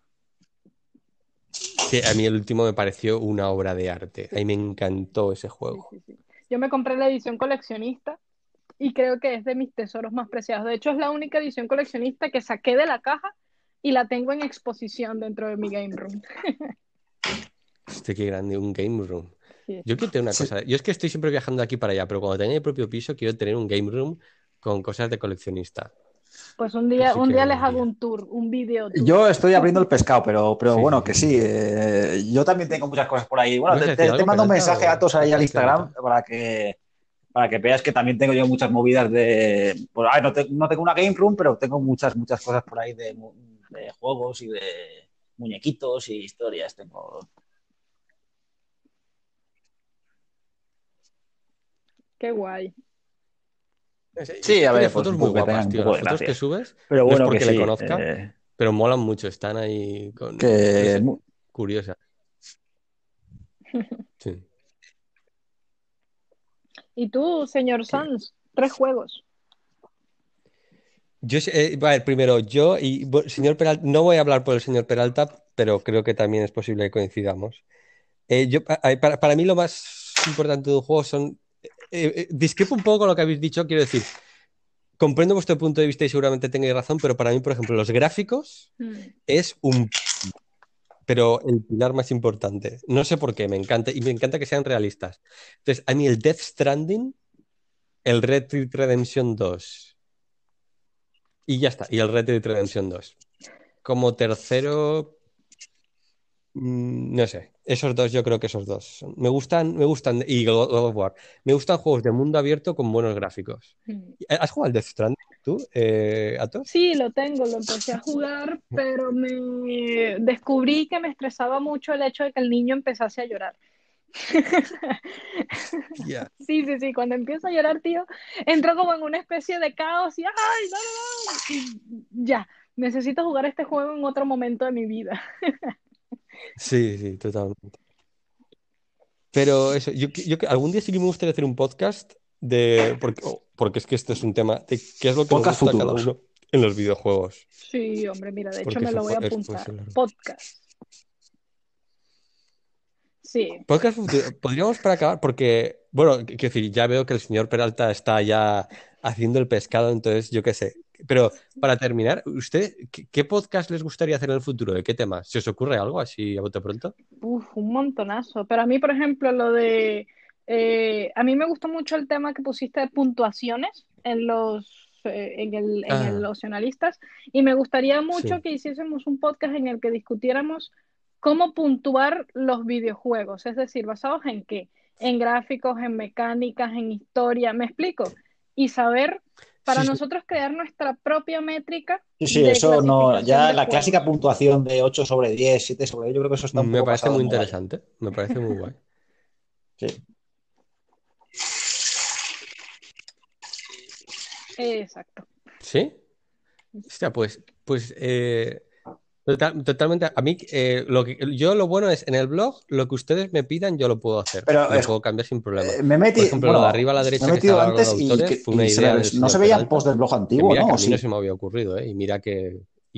sí, a mí el último me pareció una obra de arte. A Sí, mí me encantó ese sí, juego. sí, sí. Yo me compré la edición coleccionista y creo que es de mis tesoros más preciados. De hecho, es la única edición coleccionista que saqué de la caja y la tengo en exposición dentro de mi game room. Hostia, qué grande, un game room. Sí. Yo quiero tener una Sí. cosa. Yo es que estoy siempre viajando de aquí para allá, pero cuando tenga mi propio piso quiero tener un game room con cosas de coleccionista. Pues un Que día, sí un que día les hago molaría. un tour, un video tour. Yo estoy abriendo el pescado, pero Sí, bueno, sí, que sí. sí. Yo también tengo muchas cosas por ahí. Bueno, ¿Ibas a decir te algo, mando un Peralta, mensaje a o todos ahí al estás Instagram calladito? para que veas que también tengo yo muchas movidas de... Pues, a ver, no tengo una game room, pero tengo muchas cosas por ahí de juegos y de muñequitos y historias. Tengo... Qué guay. Sí, a Tiene ver, pues fotos un muy poco que tengan guapas, un tío. poco Las de fotos que gracia. subes Pero no es bueno, que porque le sí. conozca, pero molan mucho. Están ahí con, no Que sé, curiosas. Sí. ¿Y tú, señor Que- Sanz? 3 juegos. a ver, primero, señor Peralta, no voy a hablar por el señor Peralta, pero creo que también es posible que coincidamos. Para mí lo más importante de un juego son... discrepo un poco con lo que habéis dicho, quiero decir, comprendo vuestro punto de vista y seguramente tengáis razón, pero para mí, por ejemplo, los gráficos es pero el pilar más importante. No sé por qué, me encanta, y me encanta que sean realistas. Entonces, a mí el Death Stranding, el Red Dead Redemption 2 y ya está, y el Red Dead Redemption 2. Como tercero, no sé, esos dos, yo creo que esos dos. Me gustan, y God of War. Me gustan juegos de mundo abierto con buenos gráficos. ¿Has jugado al Death Stranding tú, Atos? Sí, lo tengo, lo empecé a jugar, pero me descubrí que me estresaba mucho el hecho de que el niño empezase a llorar. Ya. Sí, sí, sí, cuando empieza a llorar, tío, entro como en una especie de caos y ¡ay, no, no, no! Y ya, necesito jugar este juego en otro momento de mi vida. Sí, sí, totalmente. Pero eso, algún día sí que me gustaría hacer un podcast porque es que este es un tema de qué es lo que nos podcast gusta a cada futuros. uno en los videojuegos. Sí, hombre, mira, de hecho Porque me lo voy a puede apuntar. ser largo. Podcast. Sí. Podcast podríamos para acabar, porque, bueno, quiero decir, ya veo que el señor Peralta está ya haciendo el pescado, entonces yo qué sé. Pero para terminar, ¿usted qué podcast les gustaría hacer en el futuro? ¿De qué temas? ¿Se os ocurre algo así a bote pronto? Uf, un montonazo. Pero a mí, por ejemplo, a mí me gustó mucho el tema que pusiste de puntuaciones en el Ah, Opcionalistas y me gustaría mucho sí. que hiciésemos un podcast en el que discutiéramos cómo puntuar los videojuegos, es decir, ¿basados en qué? En gráficos, en mecánicas, en historia, ¿me explico? Y saber para Sí, sí, nosotros crear nuestra propia métrica Sí, sí, de eso no. clasificación Ya de la clásica juegos. puntuación de 8/10, 7/10, yo creo que eso está un me poco parece pasado muy de moda ya. interesante, me parece muy guay. Sí. Exacto. ¿Sí? Hostia, totalmente. A mí, lo bueno es en el blog, lo que ustedes me pidan, yo lo puedo hacer. Pero Lo puedo cambiar sin problema. me Por metí, ejemplo, lo de bueno, arriba a la me he derecha que metido estaba hablando de antes autores fue una y idea del no se señor veían Peralta, post del blog que antiguo, mira ¿no? que a ¿O mí no sí? se me había ocurrido, ¿eh? Y mira que.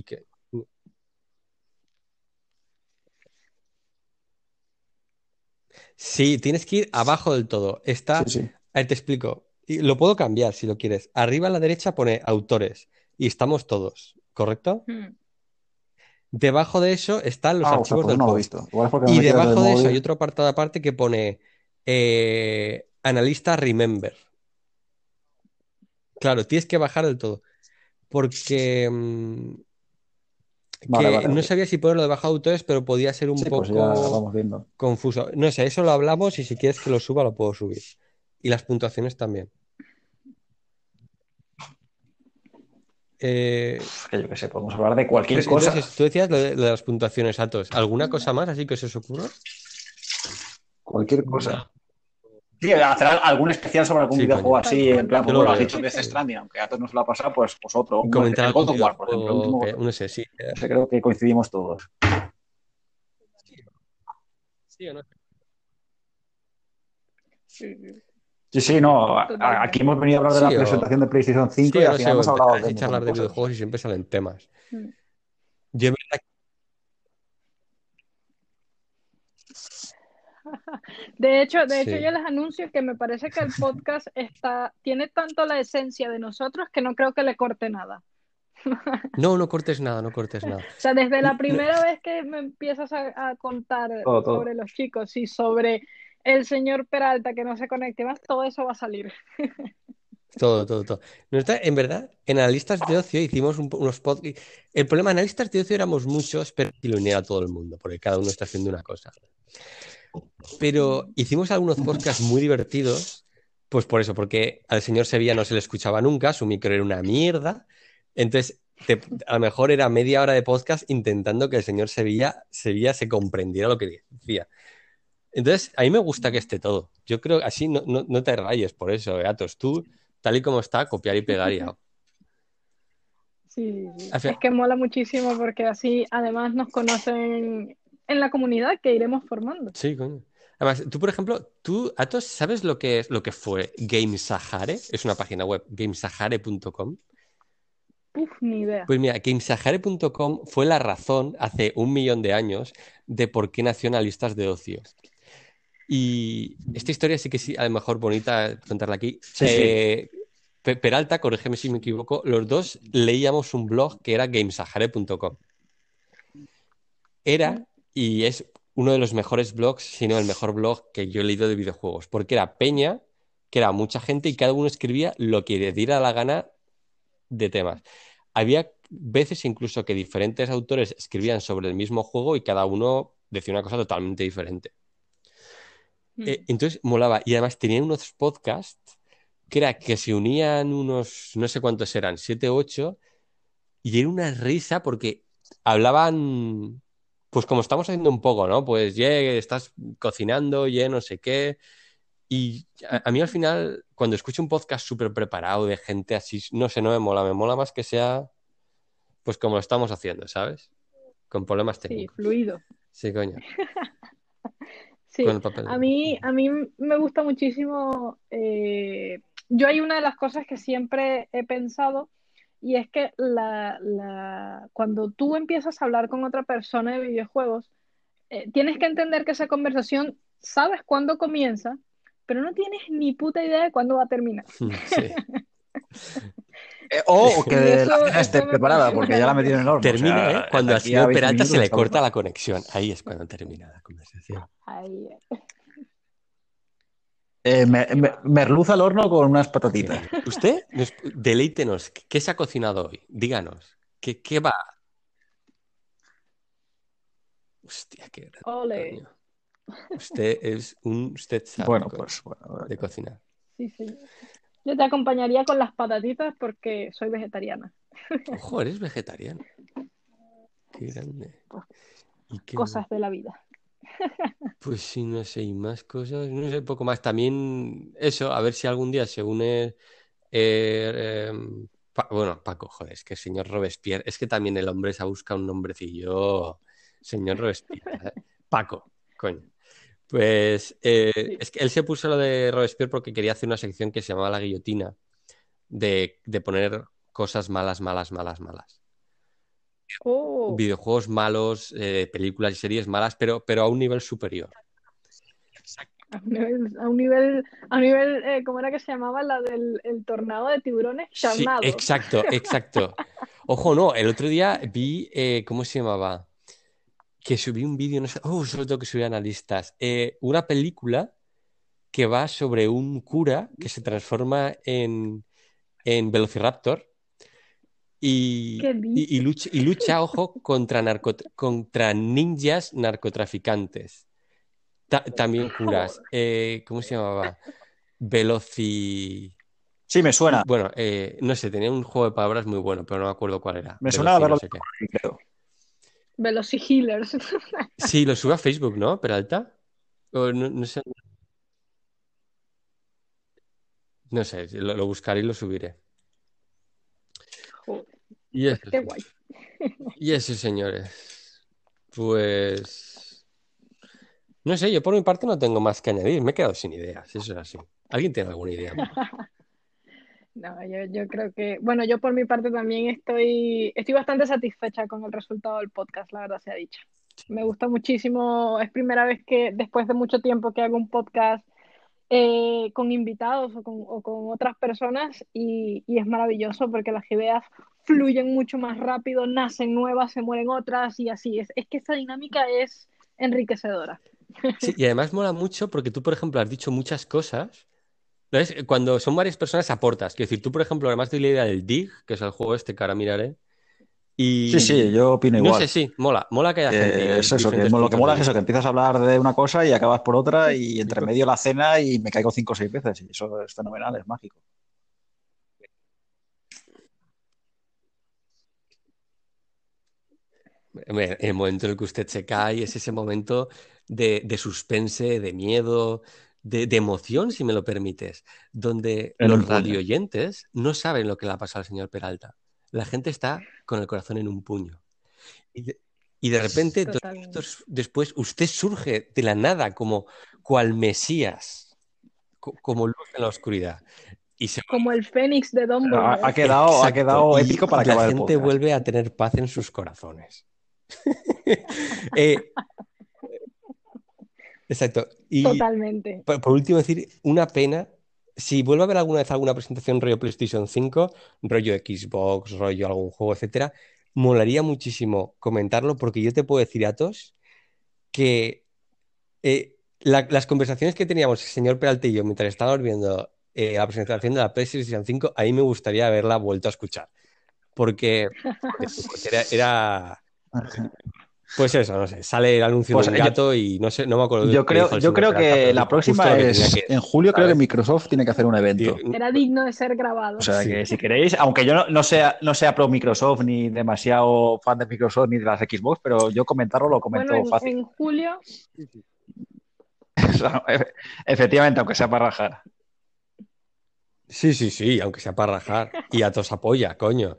Sí, tienes que ir abajo del todo. Sí, Está. sí. A ver, te explico. Y lo puedo cambiar si lo quieres. Arriba a la derecha pone autores y estamos todos, ¿correcto? Mm. Debajo de eso están los Ah, o sea, archivos pues del no lo he juego. visto. Igual es porque me he Y metido desde el debajo de eso hay móvil. otro apartado aparte que pone analista remember. Claro, tienes que bajar del todo. Porque Vale, que vale, no ok. sabía si ponerlo debajo de autores, pero podía ser un Sí, pues ya poco vamos viendo. confuso. No sé, eso lo hablamos y si quieres que lo suba, lo puedo subir. Y las puntuaciones también. Eh, Que yo qué sé, podemos hablar de cualquier cosa. entonces, tú decías lo de las puntuaciones, Atos. ¿Alguna cosa más así que se os ocurra? Cualquier cosa. Sí, hacer algún especial sobre algún Sí, videojuego coño. Tal así, en cual. plan, Yo pues lo bueno, has veo. dicho Death Sí. Stranding, aunque a todos nos lo ha pasado, pues otro. Y comentar El God algún of War, por ejemplo, el videojuego último God que, of War. no sé, sí. Ese creo que coincidimos todos. Sí o no. Sí, sí, Sí, sí, no. Aquí totalmente. hemos venido a hablar de la Sí presentación de PlayStation 5 sí y o al no sé, final o hemos hablado de así un montón de charlar de cosas. O sea. videojuegos y siempre salen temas. Mm. Yo, es verdad De hecho, Sí. yo les anuncio que me parece que el podcast tiene tanto la esencia de nosotros que no creo que le corte nada. No, no cortes nada, no cortes nada. O sea, desde la No, primera vez que me empiezas a contar Todo, todo. sobre los chicos y sobre el señor Peralta que no se conecte más, todo eso va a salir. todo, todo, todo. En verdad, en Analistas de Ocio hicimos unos podcasts. El problema, en Analistas de Ocio éramos muchos, pero y lo uniera a todo el mundo, porque cada uno está haciendo una cosa. Pero hicimos algunos podcasts muy divertidos, pues por eso, porque al señor Sevilla no se le escuchaba nunca, su micro era una mierda. Entonces, a lo mejor era media hora de podcast intentando que el señor Sevilla se comprendiera lo que decía. Entonces, a mí me gusta que esté todo. Yo creo que así no te rayes por eso, Atos. Tú, tal y como está, copiar y pegar y ya. Sí, sí. Al final- Es que mola muchísimo porque así además nos conocen en la comunidad que iremos formando. Sí, coño. Además, tú, por ejemplo, Atos, ¿sabes lo que fue GameSahare? Es una página web, gamesahare.com. Uf, ni idea. Pues mira, GameSahare.com fue la razón hace 1 millón de años de por qué nació Analistas de Ocio. Y esta historia sí que sí, a lo mejor bonita contarla aquí. Sí, sí. Peralta, corrígeme si me equivoco, los dos leíamos un blog que era gamesahare.com. Era y es uno de los mejores blogs, si no el mejor blog que yo he leído de videojuegos, porque era peña, que era mucha gente y cada uno escribía lo que le diera la gana de temas. Había veces incluso que diferentes autores escribían sobre el mismo juego y cada uno decía una cosa totalmente diferente. Entonces molaba. Y además tenían unos podcasts que era que se unían unos, no sé cuántos eran, 7 o 8, y era una risa porque hablaban, pues como estamos haciendo un poco, ¿no? Pues, estás cocinando, no sé qué. Y a mí al final, cuando escucho un podcast súper preparado de gente así, no sé, no me mola más que sea, pues como lo estamos haciendo, ¿sabes? Con problemas Sí, técnicos. fluido. Sí, coño. Con Sí, el papel. a mí me gusta muchísimo. Yo hay una de las cosas que siempre he pensado y es que cuando tú empiezas a hablar con otra persona de videojuegos, tienes que entender que esa conversación sabes cuándo comienza, pero no tienes ni puta idea de cuándo va a terminar. Sí. O que Y la cena esté eso me preparada, parece porque ya la ha metido en el horno. Termina, O sea, cuando de al aquí a señor 20 Peralta se minutos le está corta horno. la conexión. Ahí es cuando termina la conversación. ahí. Merluza al horno con unas Qué patatitas. grande. Usted, deleítenos. ¿Qué se ha cocinado hoy? Díganos. ¿Qué va? Hostia, qué grande, Ole. coño. Usted sabe, Bueno, coño, pues bueno. de cocinar. Sí, señor. Yo te acompañaría con las patatitas porque soy vegetariana. Ojo, eres vegetariano. Qué grande. ¿Y qué más? Cosas de la vida. Pues sí, no sé, y más cosas, no sé, poco más. También eso, a ver si algún día se une, bueno, Paco, joder, es que el señor Robespierre, es que también el hombre se ha buscado un nombrecillo, señor Robespierre, ¿eh? Paco, coño. Pues Sí. es que él se puso lo de Robespierre porque quería hacer una sección que se llamaba La Guillotina, de poner cosas malas, malas, malas, malas. Oh, Videojuegos malos, películas y series malas, pero a un nivel superior. a un nivel, ¿cómo era que se llamaba la del el tornado de tiburones? Sí, Charnado. exacto, exacto. Ojo, no, el otro día vi, ¿cómo se llamaba? Que subí un vídeo, no sé, solo tengo que subir analistas. Una película que va sobre un cura que se transforma en Velociraptor ¿Qué dices? y lucha, ojo, contra ninjas narcotraficantes. También curas. Joder. ¿Cómo se llamaba? Veloci... Sí, me suena. Bueno, no sé, tenía un juego de palabras muy bueno, pero no me acuerdo cuál era. Me suena Veloci, no verlo, sé qué. creo. Velocihealers. Sí, lo sube a Facebook, ¿no? Peralta. O no sé, no sé, lo buscaré y lo subiré. Joder, Y pues eso, qué guay. y eso, señores. Pues no sé, yo por mi parte no tengo más que añadir. Me he quedado sin ideas, eso es así. ¿Alguien tiene alguna idea más? No, yo creo que, bueno, yo por mi parte también estoy bastante satisfecha con el resultado del podcast, la verdad sea dicha. Me gusta muchísimo. Es primera vez que después de mucho tiempo que hago un podcast con invitados o con otras personas y es maravilloso porque las ideas fluyen mucho más rápido, nacen nuevas, se mueren otras y así. Es que esa dinámica es enriquecedora. Sí, y además mola mucho porque tú, por ejemplo, has dicho muchas cosas. ¿Ves? Cuando son varias personas aportas. Quiero decir, tú, por ejemplo, además de la idea del Dig, que es el juego este que ahora miraré, Sí, sí, y, yo opino y no sé, igual. sí, mola que haya gente Que de es eso, que diferentes lo que puntos de mola es eso, que vista. empiezas a hablar de una cosa y acabas por otra y entre Digo, medio la cena y me caigo 5 o 6 veces. Y eso es fenomenal, es mágico. el momento en el que usted se cae es ese momento de suspense, de miedo, de emoción, si me lo permites, donde En un los puño. radioyentes no saben lo que le ha pasado al señor Peralta. La gente está con el corazón en un puño. Y de, y de repente, 2 Totalmente. minutos después, usted surge de la nada como cual Mesías, como luz en la oscuridad. Y se Como el Fénix de Ha Dumbledore. ha Exacto. quedado épico para Y la acabar el gente podcast. vuelve a tener paz en sus corazones. Eh, exacto. Y Totalmente. por último, decir, una pena. Si vuelve a haber alguna vez alguna presentación rollo PlayStation 5, rollo Xbox, rollo algún juego, etcétera, molaría muchísimo comentarlo porque yo te puedo decir, Atos, que las conversaciones que teníamos el señor Peralta y yo mientras estábamos viendo la presentación de la PlayStation 5, ahí me gustaría haberla vuelto a escuchar. Porque pues eso, no sé, sale el anuncio de Pues un gato y no sé, no me acuerdo yo qué dijo creo, el yo señor creo Peralta, que pero la dijo justo lo próxima que tenía que es en decir, julio, creo que ¿sabes? Microsoft tiene que hacer un evento. Era digno de ser grabado. O sea Sí. que si queréis, aunque yo no sea pro Microsoft ni demasiado fan de Microsoft ni de las Xbox, pero yo comentarlo lo Bueno, comento fácil. en julio, O sea, efectivamente, aunque sea para rajar. Sí, aunque sea para rajar. Y Atos apoya, coño.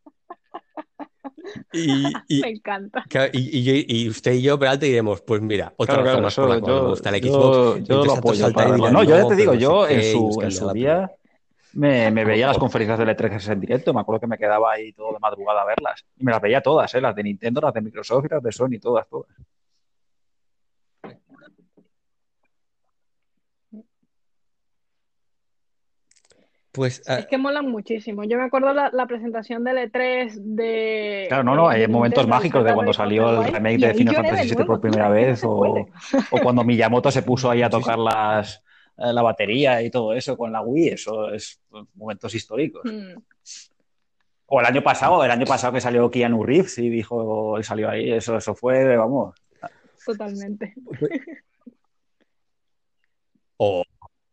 Y, me y, encanta. y usted y yo, Peralta, diremos, pues mira, otra Claro, razón claro, más por la eso cual no me yo, gusta el Xbox. yo lo Entonces Atos apoyo saltará para y verlo. dirá, No, yo ya te no, pero digo, no sé yo en qué, y nos su, en cambia su la opinión. día me veía las conferencias de E3 en directo, me acuerdo que me quedaba ahí todo de madrugada a verlas. Y me las veía todas, las de Nintendo, las de Microsoft y las de Sony, todas, todas. Pues Es que molan muchísimo. Yo me acuerdo la presentación del E3 Claro, no, hay de momentos Nintendo, el mágicos de Zelda cuando Breath of the salió el Wild, remake y de ahí Final lloré de Fantasy VII por nuevo, primera tía, es que no vez, se puede. o cuando Miyamoto se puso ahí a sí, tocar la batería y todo eso con la Wii, eso es momentos históricos. Mm, O el año pasado que salió Keanu Reeves y dijo, y salió ahí, eso fue, vamos. totalmente. o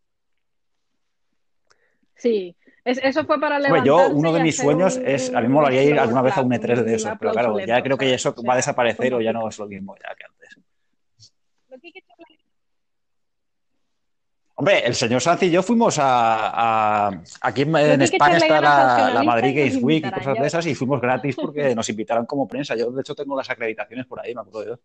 Sí, eso fue para Hombre, yo, levantarse uno y de mis hacer sueños es, a mí me un molaría ir slower alguna vez a clap, un E3 de un esos, pero aplauso claro, ya lento, creo que ¿sabes? eso O va a sea, desaparecer o ya no fantástico. es lo mismo ya que antes. Hombre, el señor Sanz y yo fuimos aquí Creo en que hay que España echarle está ganas al la accionalista Madrid y nos Games Week y invitarán, cosas ya de esas y verás. fuimos gratis porque nos invitaron como prensa. Yo, de hecho, tengo las acreditaciones por ahí, me acuerdo yo.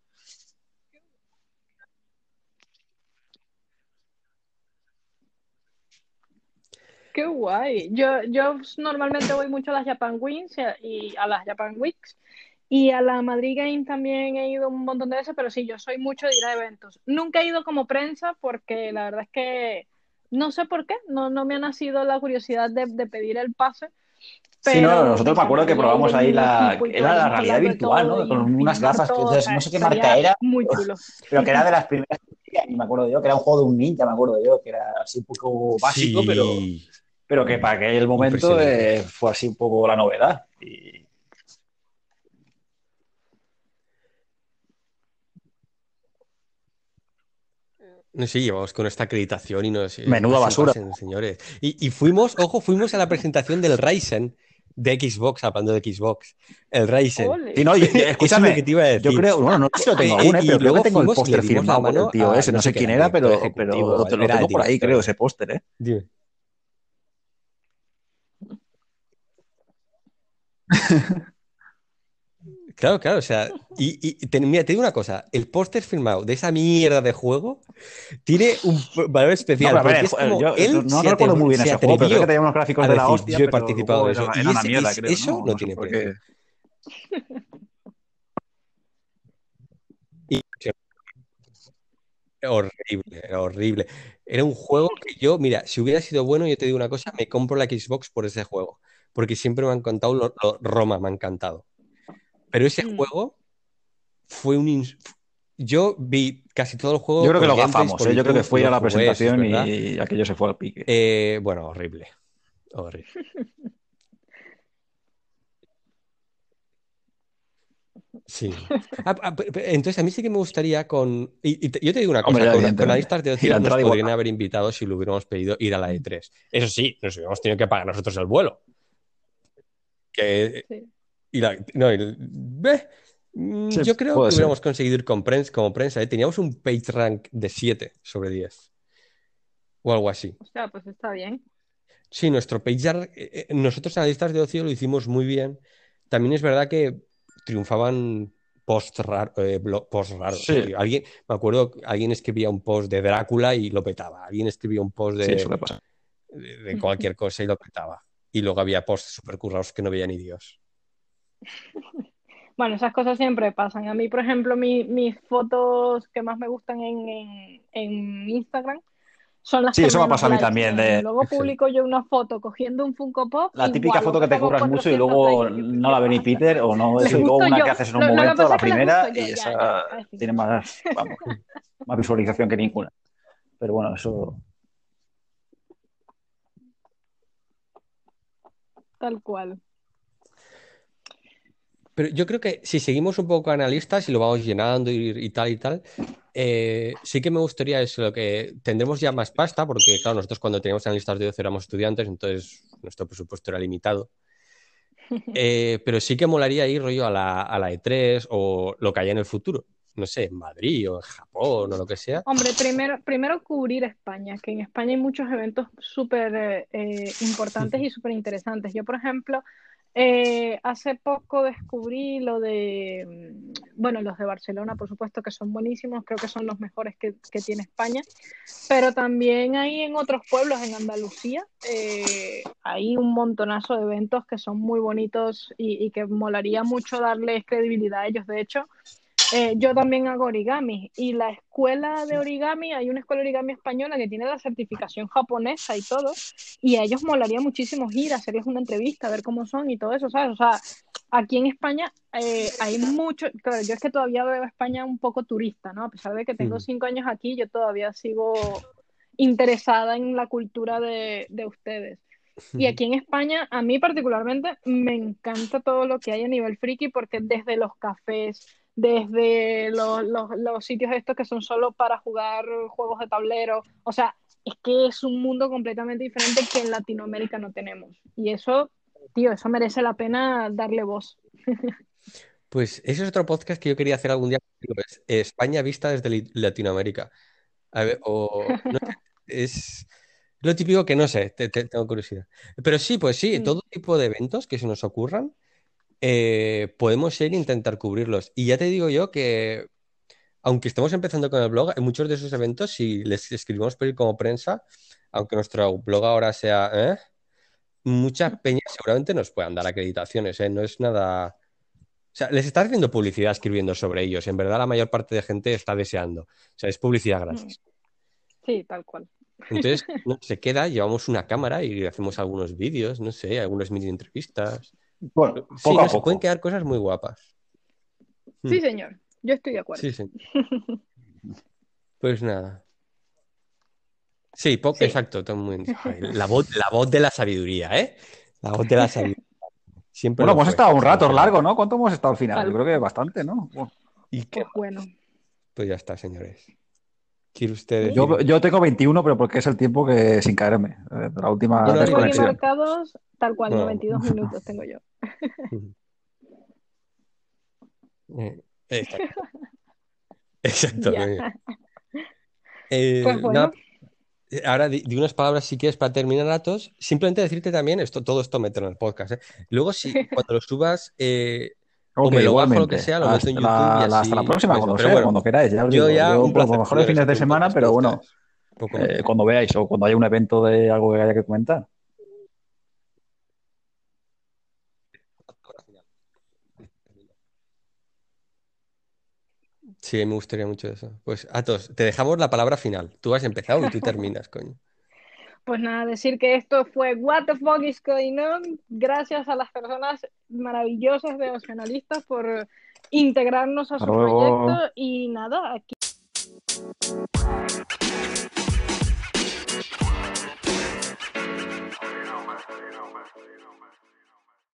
Qué guay. Yo normalmente voy mucho a las Japan Wings y a las Japan Weeks. Y a la Madrid Game también he ido un montón de veces, pero sí, yo soy mucho de ir a eventos. Nunca he ido como prensa porque la verdad es que no sé por qué, no me ha nacido la curiosidad de pedir el pase, Sí, no, pero me nosotros me acuerdo que encantaría ir probamos en ahí un equipo y que era la vayamos realidad hablando de virtual, todo ¿no? Con y unas filmar gafas que todo, o sea, no sé qué marca estaría era, muy chulo. pero que era de las primeras que tenía, y me acuerdo yo, que era un juego de un ninja, me acuerdo yo, que era así un poco básico, sí, pero que para aquel momento impresionante. fue así un poco la novedad. Y No sé, llevamos con esta acreditación y nos menuda basura. pasen, señores. Y fuimos, ojo, fuimos a la presentación del Ryzen de Xbox, hablando de Xbox. El Ryzen. Sí, Ole. no, Eso es lo que escúchame, te iba a yo decir. creo, bueno, no sé si lo tengo aún, Y pero creo que luego tengo el fuimos y le póster dimos la firmado por el mano tío a, ese, no no sé sé qué quién era, el era, director pero ejecutivo, lo era el tengo por ahí, creo, director. ese póster, ¿eh? Dime. Claro, o sea, mira, te digo una cosa, el póster firmado de esa mierda de juego tiene un valor No, especial pero a ver, porque es como yo él no recuerdo muy bien se ese juego, pero creo que atrevió tenía unos gráficos a de la decir, hostia, yo he pero el participado juego de era eso. era Y una mierda, creo, eso ¿no? no No sé tiene por precio. qué. horrible, era horrible. Era un juego que yo, mira, si hubiera sido bueno, yo te digo una cosa, me compro la Xbox por ese juego, porque siempre me han contado Roma, me ha encantado. Pero ese Mm. juego fue yo vi casi todo el Yo juego creo que por lo gameplays, gafamos, por ¿eh? Yo creo que YouTube, fue ir lo a la jugué, si es presentación verdad. y aquello se fue al pique. Bueno, horrible, horrible. Sí. Entonces, a mí sí que me gustaría yo te digo una Hombre, cosa, ya, con evidentemente. Alistas de Y la Ocio nos entrada igual. podrían haber invitado si lo hubiéramos pedido ir a la E3. Eso sí, nos hubiéramos tenido que pagar nosotros el vuelo. Que, Sí. no, Sí, yo creo puede que ser. hubiéramos conseguido ir como prensa, ¿eh? Teníamos un page rank de 7/10 o algo así. O sea, pues está bien. Sí, nuestro page, nosotros analistas de ocio lo hicimos muy bien. También es verdad que triunfaban posts raros. Sí, Me acuerdo, alguien escribía un post de Drácula y lo petaba. Alguien escribía un post sí, suele pasar. de cualquier cosa y lo petaba. Y luego había posts super currados que no veía ni Dios. Bueno, esas cosas siempre pasan. A mí, por ejemplo, mis fotos que más me gustan en Instagram son las Sí, que eso me ha menos pasado a mí likes también. tienen. Luego Sí. publico yo una foto cogiendo un Funko Pop, La típica igual, foto luego que te tengo curras mucho y 400 likes. luego Y yo, no la ¿qué ve ni pasa? Peter o no Les eso, y luego gusto una yo. que haces en un Lo que momento, pasa la es que les gusto primera, yo. y Ya, esa ¿sabes? tiene más, vamos, más visualización que ninguna. Pero bueno, eso. Tal cual. Pero yo creo que si seguimos un poco analistas y lo vamos llenando y tal, sí que me gustaría eso, lo que tendremos ya más pasta, porque claro, nosotros cuando teníamos analistas de 12 éramos estudiantes, entonces nuestro presupuesto era limitado. Pero sí que molaría ir rollo a la E3 o lo que haya en el futuro. No sé, en Madrid o en Japón o lo que sea. Hombre, primero cubrir España, que en España hay muchos eventos súper importantes y súper interesantes. Yo, por ejemplo, hace poco descubrí lo de, bueno, los de Barcelona, por supuesto, que son buenísimos, creo que son los mejores que tiene España, pero también hay en otros pueblos, en Andalucía, hay un montonazo de eventos que son muy bonitos y que molaría mucho darles credibilidad a ellos. De hecho, yo también hago origami y la escuela de origami, hay una escuela de origami española que tiene la certificación japonesa y todo, y a ellos molaría muchísimo ir, hacerles una entrevista, ver cómo son y todo eso, ¿sabes? O sea, aquí en España hay mucho, claro, yo es que todavía veo a España un poco turista, ¿no? A pesar de que tengo 5 años aquí, yo todavía sigo interesada en la cultura de ustedes. Y aquí en España, a mí particularmente, me encanta todo lo que hay a nivel friki, porque desde los cafés, desde los sitios estos que son solo para jugar juegos de tablero, o sea, es que es un mundo completamente diferente que en Latinoamérica no tenemos. Y eso, tío, eso merece la pena darle voz. Pues ese es otro podcast que yo quería hacer algún día. Es España vista desde Latinoamérica. A ver, no sé, es lo típico que no sé, tengo curiosidad. Pero sí, pues sí, Mm. todo tipo de eventos que se nos ocurran, podemos ir e intentar cubrirlos. Y ya te digo yo que, aunque estemos empezando con el blog, en muchos de esos eventos, si les escribimos por ir como prensa, aunque nuestro blog ahora sea, muchas peñas seguramente nos puedan dar acreditaciones, ¿eh? No es nada. O sea, les estás haciendo publicidad escribiendo sobre ellos. En verdad, la mayor parte de gente está deseando. O sea, es publicidad Mm. gratis. Sí, tal cual. Entonces, no, se queda, llevamos una cámara y hacemos algunos vídeos, no sé, algunas mini entrevistas. Bueno, Sí, poco no, a se pueden poco. quedar cosas muy guapas. Mm, Sí, señor, yo estoy de acuerdo. sí, sí. Pues nada. Sí, Sí. exacto. Ay, la voz de la sabiduría, ¿eh? La voz de la sabiduría. Siempre Bueno, lo hemos fue. estado un rato Siempre lo largo, fue. ¿no? ¿Cuánto hemos estado al final? Yo Tal creo que cual. bastante, ¿no? Bueno, ¿Y qué Pues más? bueno. Pues ya está, señores. ¿Quiere usted Sí. decir? yo tengo 21, pero porque es el tiempo que sin caerme, de la última Yo Bueno, tengo aquí desconexión. marcados tal cual, bueno. 92 minutos tengo yo. Exacto. Exacto, Ya. coño. Pues Nada, bueno, ahora di unas palabras si quieres para terminar, Atos. Simplemente decirte también, todo esto meterlo en el podcast, ¿eh? Luego, si cuando lo subas, o Ok, me lo bajo o lo que igualmente. sea, lo meto en YouTube y Hasta la así próxima, ves, ¿no? cuando Pero sea, bueno, cuando queráis, ya os yo digo. ya Yo, un pues, a lo placer, mejor el señores, fines de hacer un semana, podcast con pero bueno, ustedes. Poco menos. cuando veáis o cuando haya un evento de algo que haya que comentar. Sí, me gustaría mucho eso. Pues, Atos, te dejamos la palabra final. Tú has empezado y tú terminas, coño. Pues nada, decir que esto fue What the fuck is going on. Gracias a las personas maravillosas de Oceanalistas por integrarnos a Hasta su proyecto. luego. Y nada, aquí.